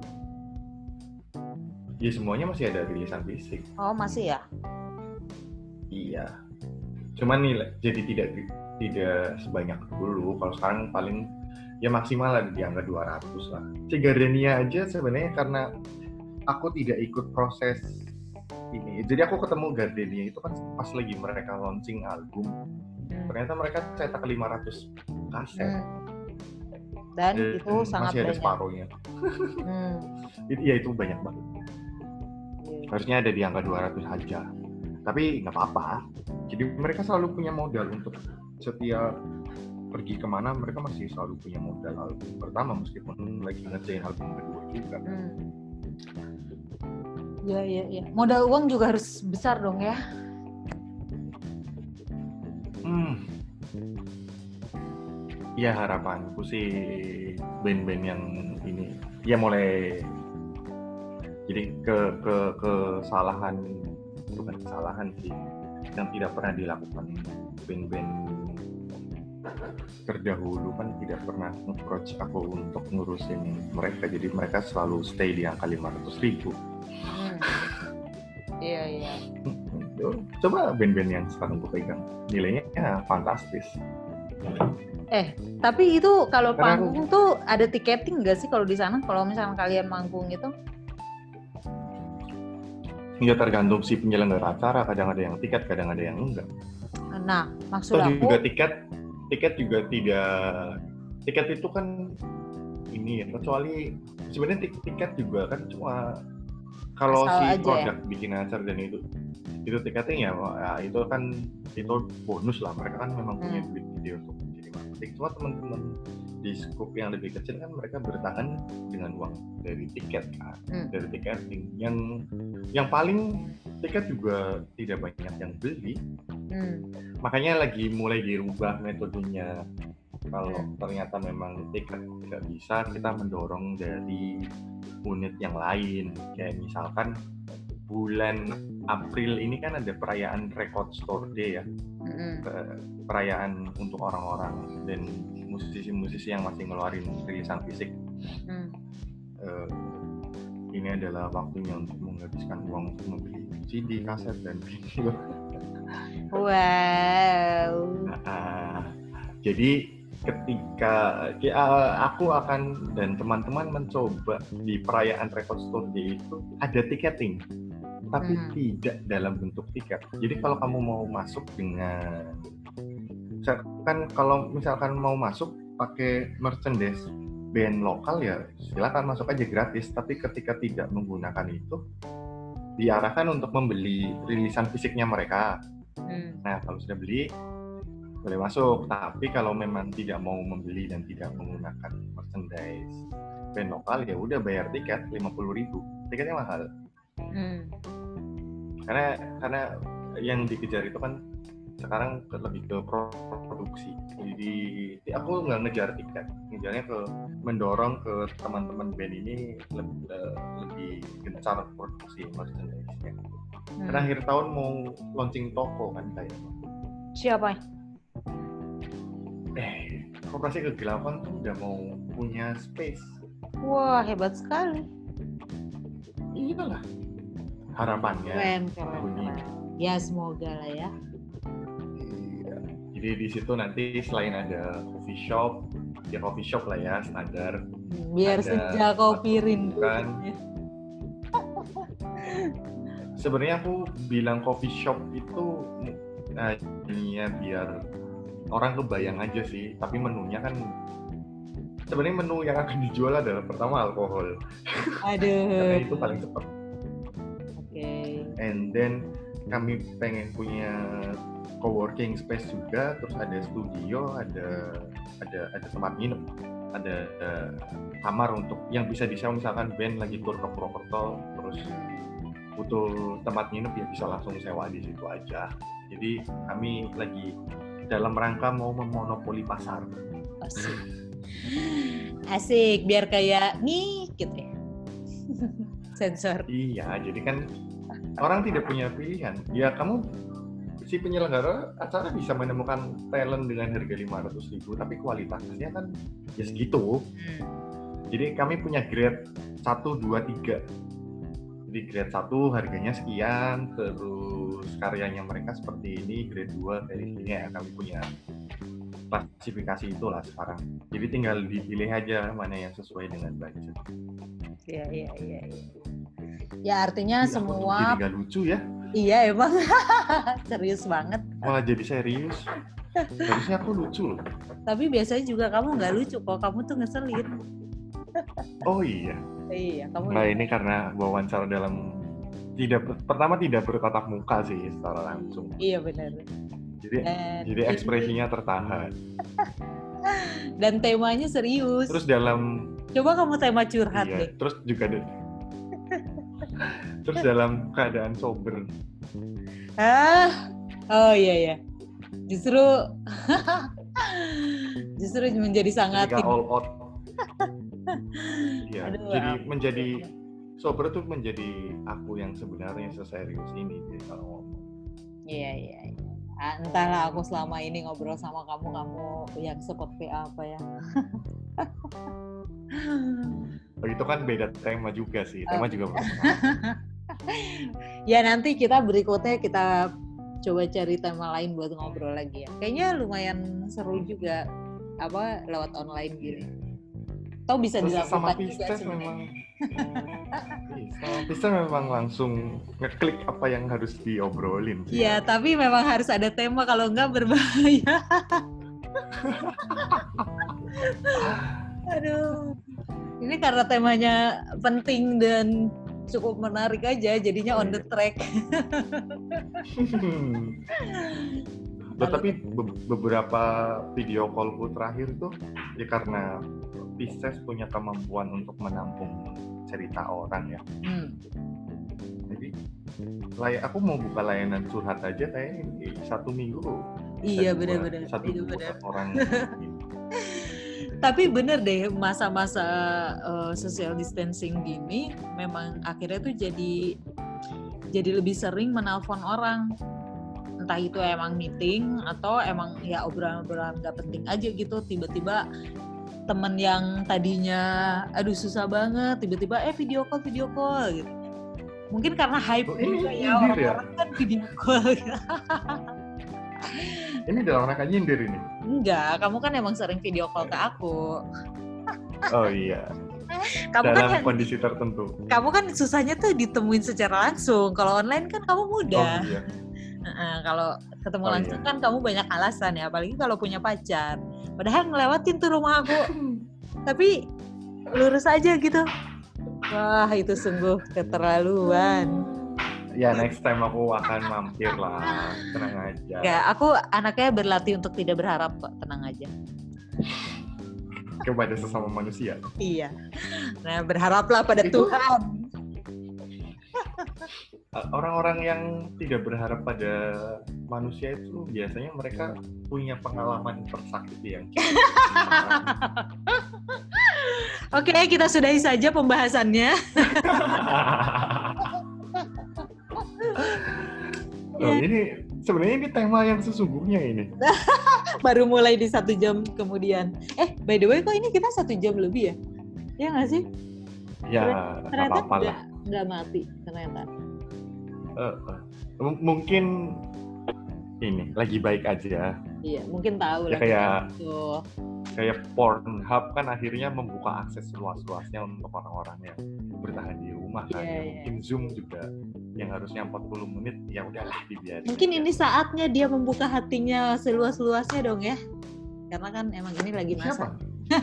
Speaker 1: Ya semuanya masih ada rilisan fisik.
Speaker 2: Oh, masih ya?
Speaker 1: Iya. Cuman nih jadi tidak tidak sebanyak dulu. Kalau sekarang paling ya maksimal lah di angka dua ratus lah. Si Gardenia aja sebenarnya karena aku tidak ikut proses ini. Jadi aku ketemu Gardenia itu kan pas lagi mereka launching album.
Speaker 2: Hmm.
Speaker 1: Ternyata mereka cetak lima ratus kaset.
Speaker 2: Hmm. Dan, Dan itu sangat
Speaker 1: masih ada
Speaker 2: banyak.
Speaker 1: separuhnya.
Speaker 2: Hmm.
Speaker 1: Iya itu banyak banget.
Speaker 2: Yeah.
Speaker 1: Harusnya ada di angka dua ratus aja. Tapi nggak apa-apa. Jadi mereka selalu punya modal untuk setiap pergi kemana, mereka masih selalu punya modal album pertama meskipun lagi ngerjain album kedua juga.
Speaker 2: Hmm. Ya, ya, ya. Modal uang juga harus besar dong ya.
Speaker 1: Hmm. Ya harapanku sih band-band yang ini ya mulai jadi ke ke kesalahan bukan kesalahan sih yang tidak pernah dilakukan band-band terdahulu kan tidak pernah approach aku untuk ngurusin mereka, jadi mereka selalu stay di angka lima ratus ribu.
Speaker 2: Hmm. Iya, iya.
Speaker 1: Coba band-band yang sekarang gue pegang nilainya ya fantastis.
Speaker 2: Eh, tapi itu kalau
Speaker 1: Karena
Speaker 2: panggung
Speaker 1: aku,
Speaker 2: tuh ada tiketing nggak sih kalau di sana? Kalau misalnya kalian manggung itu?
Speaker 1: ya tergantung si penyelenggara acara, kadang ada yang tiket, kadang ada yang enggak.
Speaker 2: Nah, maksud
Speaker 1: Terus
Speaker 2: aku
Speaker 1: juga tiket, tiket juga tidak, tiket itu kan ini ya, kecuali sebenarnya tik- tiket juga kan cuma kalau
Speaker 2: Asal
Speaker 1: si
Speaker 2: aja
Speaker 1: produk bikin acara dan itu itu tiketing ya, ya itu kan itu bonus lah, mereka kan memang punya
Speaker 2: Hmm.
Speaker 1: duit gede untuk jadi marketing. Cuma teman-teman di skup yang lebih kecil kan mereka bertahan dengan uang dari tiket kan,
Speaker 2: Hmm.
Speaker 1: dari tiketing yang yang paling tiket juga tidak banyak yang beli.
Speaker 2: Hmm.
Speaker 1: Makanya lagi mulai dirubah metodenya. Kalau
Speaker 2: Hmm.
Speaker 1: ternyata memang tiket nggak bisa, kita mendorong dari unit yang lain. Kayak misalkan bulan April ini kan ada perayaan Record Store Day ya,
Speaker 2: Hmm.
Speaker 1: perayaan untuk orang-orang dan musisi-musisi yang masih ngeluarin rilisan fisik.
Speaker 2: Hmm.
Speaker 1: Uh, ini adalah waktunya untuk menghabiskan uang untuk membeli C D, kaset, dan video.
Speaker 2: Wow.
Speaker 1: Nah, jadi ketika ya, aku akan dan teman-teman mencoba di perayaan Record Store Day itu ada tiketing, tapi
Speaker 2: Hmm.
Speaker 1: tidak dalam bentuk tiket. Jadi kalau kamu mau masuk dengan, kan kalau misalkan mau masuk pakai merchandise band lokal ya silakan masuk aja gratis. Tapi ketika tidak menggunakan itu, diarahkan untuk membeli rilisan fisiknya mereka.
Speaker 2: Hmm.
Speaker 1: Nah kalau sudah beli boleh masuk, tapi kalau memang tidak mau membeli dan tidak menggunakan merchandise band lokal ya udah bayar tiket lima puluh ribu. Tiketnya mahal.
Speaker 2: Hmm.
Speaker 1: Karena karena yang dikejar itu kan sekarang lebih ke produksi. Jadi aku nggak ngejar tiket, ngejarnya ke mendorong ke teman-teman band ini lebih, lebih gencar produksi merchandise-nya.
Speaker 2: Hmm.
Speaker 1: Karena akhir tahun mau launching toko kan kayak.
Speaker 2: Siapa?
Speaker 1: Eh, Koperasi Kegelapan tuh udah mau punya space.
Speaker 2: Wah, hebat sekali.
Speaker 1: Iya lah. Harapannya.
Speaker 2: Keren, keren, keren. Ya semoga lah ya.
Speaker 1: Iya. Jadi di situ nanti selain ada coffee shop, ya coffee shop lah ya standar.
Speaker 2: Biar senja kopi rindu.
Speaker 1: Kan. Sebenarnya aku bilang coffee shop itu hanya uh, biar orang kebayang aja sih, tapi menunya kan sebenarnya menu yang akan dijual adalah pertama alkohol.
Speaker 2: Aduh.
Speaker 1: Karena itu paling cepat.
Speaker 2: Oke. Okay.
Speaker 1: And then kami pengen punya co-working space juga, terus ada studio, ada ada ada tempat nginep, ada uh, kamar untuk yang bisa disewa misalkan band lagi tur ke Purwokerto, terus butuh tempat nginep ya bisa langsung sewa di situ aja. Jadi kami lagi dalam rangka mau memonopoli pasar.
Speaker 2: Asik. Asik, biar kayak nih gitu ya. Sensor.
Speaker 1: Iya, jadi kan orang tidak punya pilihan. Ya kamu si penyelenggara acara bisa menemukan talent dengan harga lima ratus ribu, tapi kualitasnya kan ya segitu. Hmm. Jadi kami punya grade satu, dua, tiga. Jadi grade satu harganya sekian, terus karyanya mereka seperti ini, grade dua kayak gini ya kami punya klasifikasi itulah sekarang. Jadi tinggal dipilih aja mana yang sesuai dengan budget.
Speaker 2: Iya, iya, iya. Ya artinya
Speaker 1: Ih,
Speaker 2: semua.
Speaker 1: Jadi nggak lucu ya?
Speaker 2: Iya emang. Serius banget.
Speaker 1: Malah jadi serius. Harusnya aku lucu loh.
Speaker 2: Tapi biasanya juga kamu nggak lucu kok. Kamu tuh ngeselin.
Speaker 1: Oh iya.
Speaker 2: Iya, kamu.
Speaker 1: Nah ini karena wawancara dalam tidak pertama tidak bertatap muka sih secara langsung.
Speaker 2: Iya benar.
Speaker 1: Jadi
Speaker 2: Dan
Speaker 1: jadi ekspresinya tertahan.
Speaker 2: Dan temanya serius.
Speaker 1: Terus dalam
Speaker 2: coba kamu tema curhat
Speaker 1: iya,
Speaker 2: deh.
Speaker 1: Terus juga deh. Terus dalam keadaan sober.
Speaker 2: Ah, oh iya ya. Justru justru menjadi sangat
Speaker 1: ketika all out. Iya,
Speaker 2: Aduh,
Speaker 1: jadi
Speaker 2: aku.
Speaker 1: menjadi sober tuh menjadi aku yang sebenarnya seserius ini jadi kalau ngomong.
Speaker 2: Iya iya. iya. Ah, entahlah aku selama ini ngobrol sama kamu kamu yang seperti apa ya.
Speaker 1: Oh, itu kan beda tema juga sih. Tema
Speaker 2: oh.
Speaker 1: juga berbeda.
Speaker 2: Ya nanti kita berikutnya kita coba cari tema lain buat ngobrol lagi ya. Kayaknya lumayan seru juga apa lewat online gini. Atau bisa
Speaker 1: Terus
Speaker 2: dilakukan
Speaker 1: sama
Speaker 2: juga
Speaker 1: Pisces
Speaker 2: sebenarnya.
Speaker 1: memang sama Pisces memang langsung ngeklik apa yang harus diobrolin sih.
Speaker 2: Iya, tapi memang harus ada tema kalau enggak berbahaya. Aduh. Ini karena temanya penting dan cukup menarik aja, jadinya on the track.
Speaker 1: Loh, tapi be- beberapa video callku terakhir tuh ya karena Pisces punya kemampuan untuk menampung cerita orang ya.
Speaker 2: Hmm.
Speaker 1: Jadi lay- aku mau buka layanan curhat aja kayaknya di satu minggu.
Speaker 2: Iya
Speaker 1: bisa
Speaker 2: benar-benar.
Speaker 1: dua- Satu
Speaker 2: Iya,
Speaker 1: dua
Speaker 2: benar.
Speaker 1: orang.
Speaker 2: Tapi bener deh masa-masa uh, social distancing gini memang akhirnya tuh jadi jadi lebih sering menelpon orang. Entah itu emang meeting atau emang ya obrolan-obrolan gak penting aja gitu, tiba-tiba temen yang tadinya aduh susah banget tiba-tiba eh video call video call gitu. Mungkin karena hype
Speaker 1: Oh, ini
Speaker 2: juga ya
Speaker 1: nyindir ya?
Speaker 2: orang-orang kan video call.
Speaker 1: Ini dalam rangka nyindir ini.
Speaker 2: Enggak, kamu kan emang sering video call ke aku.
Speaker 1: Oh iya.
Speaker 2: Kamu
Speaker 1: dalam
Speaker 2: kan yang,
Speaker 1: kondisi tertentu.
Speaker 2: kamu kan susahnya tuh ditemuin secara langsung. Kalau online kan kamu mudah.
Speaker 1: Oh iya.
Speaker 2: Nah, kalau ketemu
Speaker 1: Oh,
Speaker 2: langsung
Speaker 1: iya.
Speaker 2: kan kamu banyak alasan ya, apalagi kalau punya pacar. Padahal ngelewatin tuh rumah aku, tapi lurus aja gitu. Wah itu sungguh keterlaluan.
Speaker 1: Ya next time aku akan mampir lah, tenang aja.
Speaker 2: Ya aku anaknya berlatih untuk tidak berharap kok, tenang aja.
Speaker 1: Kepada sesama manusia.
Speaker 2: Iya. Nah berharaplah pada
Speaker 1: Itu-
Speaker 2: Tuhan.
Speaker 1: Orang-orang yang tidak berharap pada manusia itu biasanya mereka punya pengalaman tersakiti yang
Speaker 2: Oke, kita sudahi saja pembahasannya.
Speaker 1: Oh, ini sebenarnya ini tema yang sesungguhnya ini.
Speaker 2: Baru mulai di satu jam kemudian. Eh, by the way, kok ini kita satu jam lebih ya? Ya nggak sih?
Speaker 1: Ya, nggak
Speaker 2: Ternyata
Speaker 1: apa-apa lah.
Speaker 2: nggak nggak mati ternyata.
Speaker 1: Uh, uh. M- mungkin ini lagi baik aja.
Speaker 2: Iya, mungkin tahu
Speaker 1: Ya
Speaker 2: lah.
Speaker 1: kayak
Speaker 2: Tuh.
Speaker 1: kayak Pornhub kan akhirnya membuka akses luas-luasnya untuk orang-orang yang bertahan di rumah kan.
Speaker 2: Iya,
Speaker 1: Ya,
Speaker 2: iya.
Speaker 1: mungkin Zoom juga yang harusnya empat puluh menit ya udahlah dibiarin.
Speaker 2: Mungkin
Speaker 1: aja.
Speaker 2: ini saatnya dia membuka hatinya seluas-luasnya dong ya. Karena kan emang ini lagi masa.
Speaker 1: Siapa?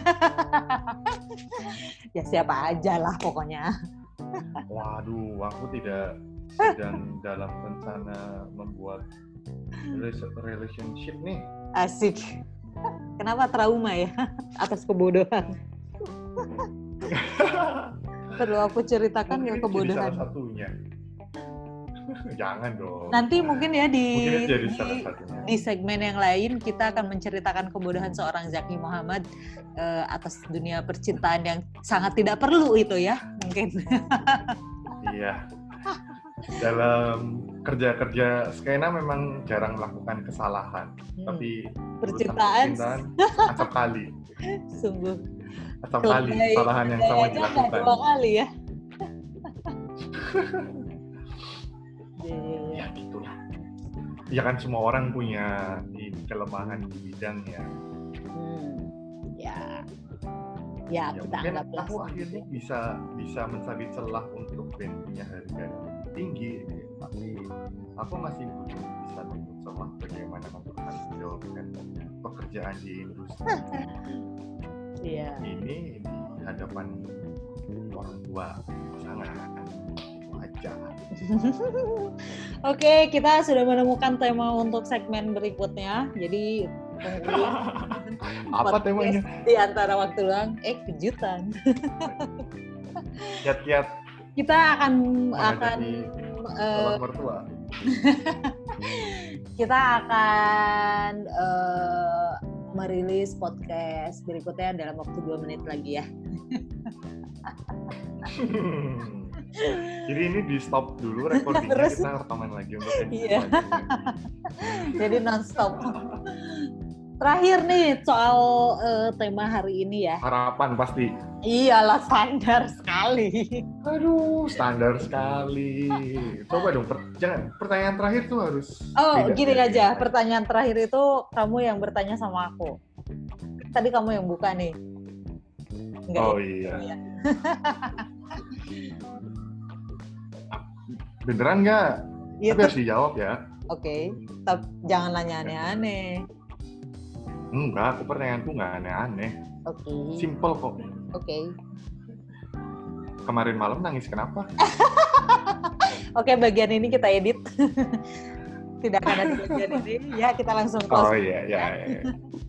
Speaker 2: Ya siapa aja lah pokoknya.
Speaker 1: Waduh, aku tidak sedang dalam rencana membuat rela- relationship nih.
Speaker 2: Asik. Kenapa trauma ya atas kebodohan? Perlu aku ceritakan ya
Speaker 1: Mungkin jadi
Speaker 2: kebodohan.
Speaker 1: salah satunya. Jangan dong.
Speaker 2: Nanti mungkin ya di
Speaker 1: Mungkin itu jadi
Speaker 2: di,
Speaker 1: salah satunya.
Speaker 2: di segmen yang lain kita akan menceritakan kebodohan seorang Zaki Muhammad eh, atas dunia percintaan yang sangat tidak perlu itu ya mungkin.
Speaker 1: Iya. Dalam kerja-kerja skena memang jarang melakukan kesalahan,
Speaker 2: Hmm.
Speaker 1: tapi
Speaker 2: Percintaan.
Speaker 1: urusan acap kali,
Speaker 2: Sungguh.
Speaker 1: acap kali
Speaker 2: Keledai-
Speaker 1: kesalahan yang sama
Speaker 2: keledai aja nggak
Speaker 1: dilakukan.
Speaker 2: dua kali ya. Iya, iya, iya.
Speaker 1: Ya itulah. Ya kan semua orang punya ini, kelemahan di bidangnya.
Speaker 2: Hmm, ya, ya,
Speaker 1: Ya
Speaker 2: kita
Speaker 1: mungkin
Speaker 2: anggaplah.
Speaker 1: aku akhirnya bisa bisa mencari celah untuk band punya harga tinggi, tapi aku masih belum bisa nemu celah bagaimana mempertanggungjawabkan pekerjaan di industri
Speaker 2: Iya.
Speaker 1: ini di hadapan orang tua pasangan. Itu aja.
Speaker 2: Oke, kita sudah menemukan tema untuk segmen berikutnya. Jadi tungguin
Speaker 1: Apa temanya?
Speaker 2: di antara waktu luang. Eh, kejutan.
Speaker 1: Kiat-kiat
Speaker 2: Kita akan akan
Speaker 1: menghadapi
Speaker 2: eh,
Speaker 1: calon mertua.
Speaker 2: kita akan eh, merilis podcast berikutnya dalam waktu dua menit lagi ya.
Speaker 1: Jadi ini di stop dulu recordingnya,
Speaker 2: Terus?
Speaker 1: kita rekaman lagi untuk edit
Speaker 2: Iya.
Speaker 1: selanjutnya.
Speaker 2: Jadi non-stop. Terakhir nih soal eh, tema hari ini ya.
Speaker 1: Harapan pasti.
Speaker 2: Iyalah, standar sekali.
Speaker 1: Aduh, standar sekali. Coba dong, per, jangan pertanyaan terakhir tuh harus.
Speaker 2: Oh,
Speaker 1: beda
Speaker 2: gini
Speaker 1: dari
Speaker 2: aja.
Speaker 1: yang
Speaker 2: Pertanyaan terakhir itu kamu yang bertanya sama aku. Tadi kamu yang buka nih. Enggak
Speaker 1: Oh
Speaker 2: ya?
Speaker 1: iya.
Speaker 2: Iya.
Speaker 1: Beneran nggak?
Speaker 2: Iya,
Speaker 1: Tapi harus dijawab ya.
Speaker 2: Oke, tapi jangan nanya aneh-aneh.
Speaker 1: Enggak, aku pertanyaanku nggak aneh-aneh.
Speaker 2: Oke.
Speaker 1: Simple kok.
Speaker 2: Oke.
Speaker 1: Kemarin malam nangis kenapa?
Speaker 2: Oke, bagian ini kita edit. Tidak akan ada bagian ini. Ya, kita langsung
Speaker 1: Oh
Speaker 2: close.
Speaker 1: iya, iya, iya.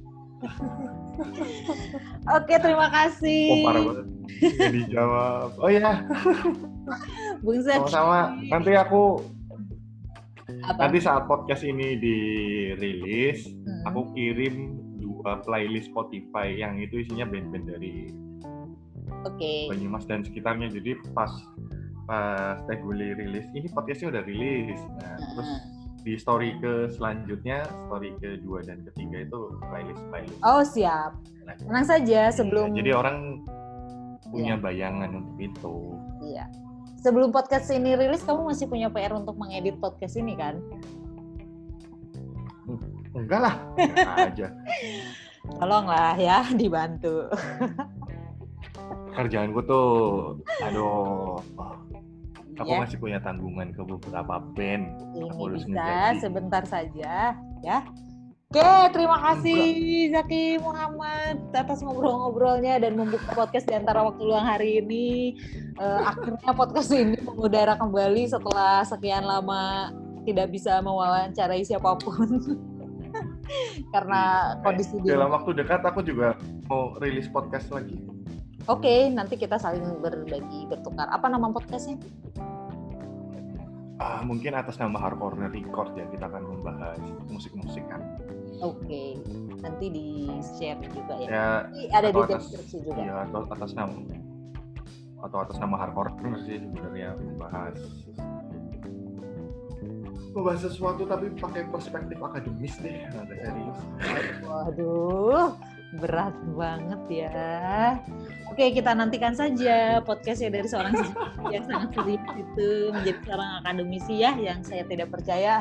Speaker 2: Oke, terima kasih.
Speaker 1: Oh parah banget. Jadi jawab. Oh iya,
Speaker 2: Bung Zaki.
Speaker 1: sama-sama. Nanti aku
Speaker 2: Apa?
Speaker 1: nanti saat podcast ini dirilis,
Speaker 2: Hmm.
Speaker 1: aku kirim dua playlist Spotify yang itu isinya band-band dari
Speaker 2: Oke.
Speaker 1: Banyumas dan sekitarnya. Jadi pas pas Teh Guli rilis, ini podcastnya udah rilis. Nah,
Speaker 2: Hmm.
Speaker 1: terus di story ke selanjutnya, story kedua dan ketiga itu playlist playlist.
Speaker 2: Oh, siap. Tenang saja sebelum
Speaker 1: Jadi orang punya
Speaker 2: Iya.
Speaker 1: bayangan untuk itu.
Speaker 2: Iya. Sebelum podcast ini rilis, kamu masih punya P R untuk mengedit podcast ini kan?
Speaker 1: Enggak lah, enggak aja.
Speaker 2: Tolonglah ya, dibantu.
Speaker 1: Kerjaanku tuh, aduh, aku
Speaker 2: Ya,
Speaker 1: masih punya tanggungan ke beberapa band.
Speaker 2: ini
Speaker 1: Aku harus
Speaker 2: bisa
Speaker 1: ngegaji.
Speaker 2: sebentar saja ya. Oke, terima kasih Zaki Muhammad atas ngobrol-ngobrolnya dan membuka podcast di antara waktu luang hari ini. Eh, akhirnya podcast ini mengudara kembali setelah sekian lama tidak bisa mewawancarai siapapun karena kondisi di
Speaker 1: Dalam waktu dekat aku juga mau rilis podcast lagi.
Speaker 2: Oke, nanti kita saling berbagi, bertukar. Apa nama podcastnya?
Speaker 1: Ah, mungkin atas nama Hard Corner Record ya, kita akan membahas musik-musik kan.
Speaker 2: Oke, nanti di-share juga ya.
Speaker 1: Ya,
Speaker 2: Nanti ada di
Speaker 1: atau atas,
Speaker 2: deskripsi juga.
Speaker 1: iya, atau atas nama atau atas nama Hard Corner sih sebenarnya membahas membahas sesuatu tapi pakai perspektif akademis deh, agak serius.
Speaker 2: Waduh, berat banget ya. Oke, kita nantikan saja podcastnya dari seorang yang sangat serius itu menjadi seorang akademisi ya, yang saya tidak percaya.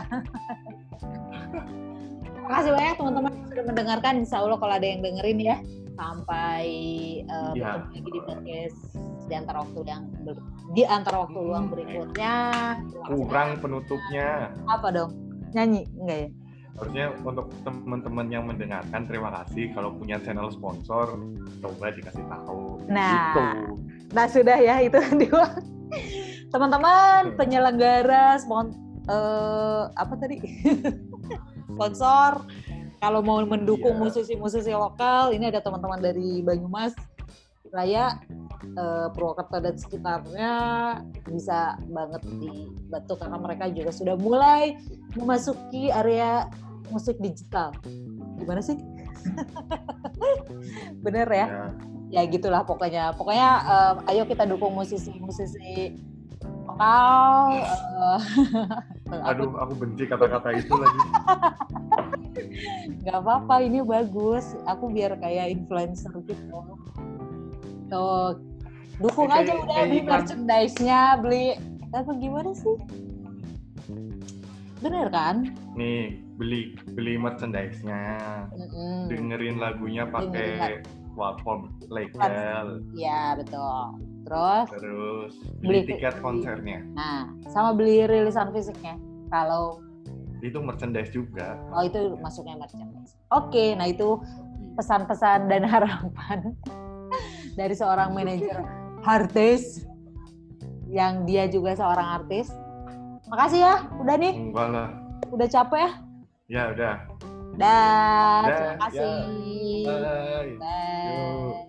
Speaker 2: Terima kasih banyak teman-teman yang sudah mendengarkan. Insya Allah kalau ada yang dengerin ya. Sampai uh,
Speaker 1: Ya.
Speaker 2: bertemu lagi di podcast di antara waktu yang ber- di antara waktu luang
Speaker 1: Hmm,
Speaker 2: berikutnya. Terima kasih
Speaker 1: Kurang
Speaker 2: banyak.
Speaker 1: penutupnya.
Speaker 2: Apa dong? Nyanyi? Enggak ya?
Speaker 1: Harusnya untuk teman-teman yang mendengarkan, terima kasih. Kalau punya channel sponsor, coba dikasih tahu.
Speaker 2: Nah.
Speaker 1: Gitu.
Speaker 2: Nah sudah ya itu dua. Teman-teman penyelenggara spon eh, apa tadi sponsor kalau mau mendukung
Speaker 1: Iya.
Speaker 2: musisi-musisi lokal, ini ada teman-teman dari Banyumas Raya, eh, Purwokerto dan sekitarnya bisa banget dibantu karena mereka juga sudah mulai memasuki area musik digital. Gimana sih? Bener ya?
Speaker 1: Ya.
Speaker 2: Ya gitulah pokoknya. Pokoknya eh, ayo kita dukung musisi-musisi lokal. eh,
Speaker 1: Aduh, aku benci kata-kata itu lagi.
Speaker 2: Gak apa-apa, ini bagus. Aku biar kayak influencer gitu. Tuh, dukung
Speaker 1: Kayak-
Speaker 2: aja udah
Speaker 1: kayak
Speaker 2: beli
Speaker 1: iklan.
Speaker 2: merchandise-nya, beli apa gimana sih? Bener kan?
Speaker 1: Nih, beli beli merchandise-nya,
Speaker 2: Mm-mm.
Speaker 1: dengerin lagunya pakai platform legal.
Speaker 2: Iya betul. Terus
Speaker 1: Terus
Speaker 2: beli
Speaker 1: beli tiket konsernya.
Speaker 2: Nah, sama beli rilisan fisiknya. Kalau
Speaker 1: Itu merchandise juga.
Speaker 2: oh itu masuknya merchandise. Oke, nah itu pesan-pesan dan harapan dari seorang manajer artis yang dia juga seorang artis. Makasih ya, udah nih.
Speaker 1: Enggak lah.
Speaker 2: Udah capek ya?
Speaker 1: Ya udah.
Speaker 2: Dah,
Speaker 1: Dah,
Speaker 2: terima kasih.
Speaker 1: ya. Bye.
Speaker 2: Bye.
Speaker 1: Yuk.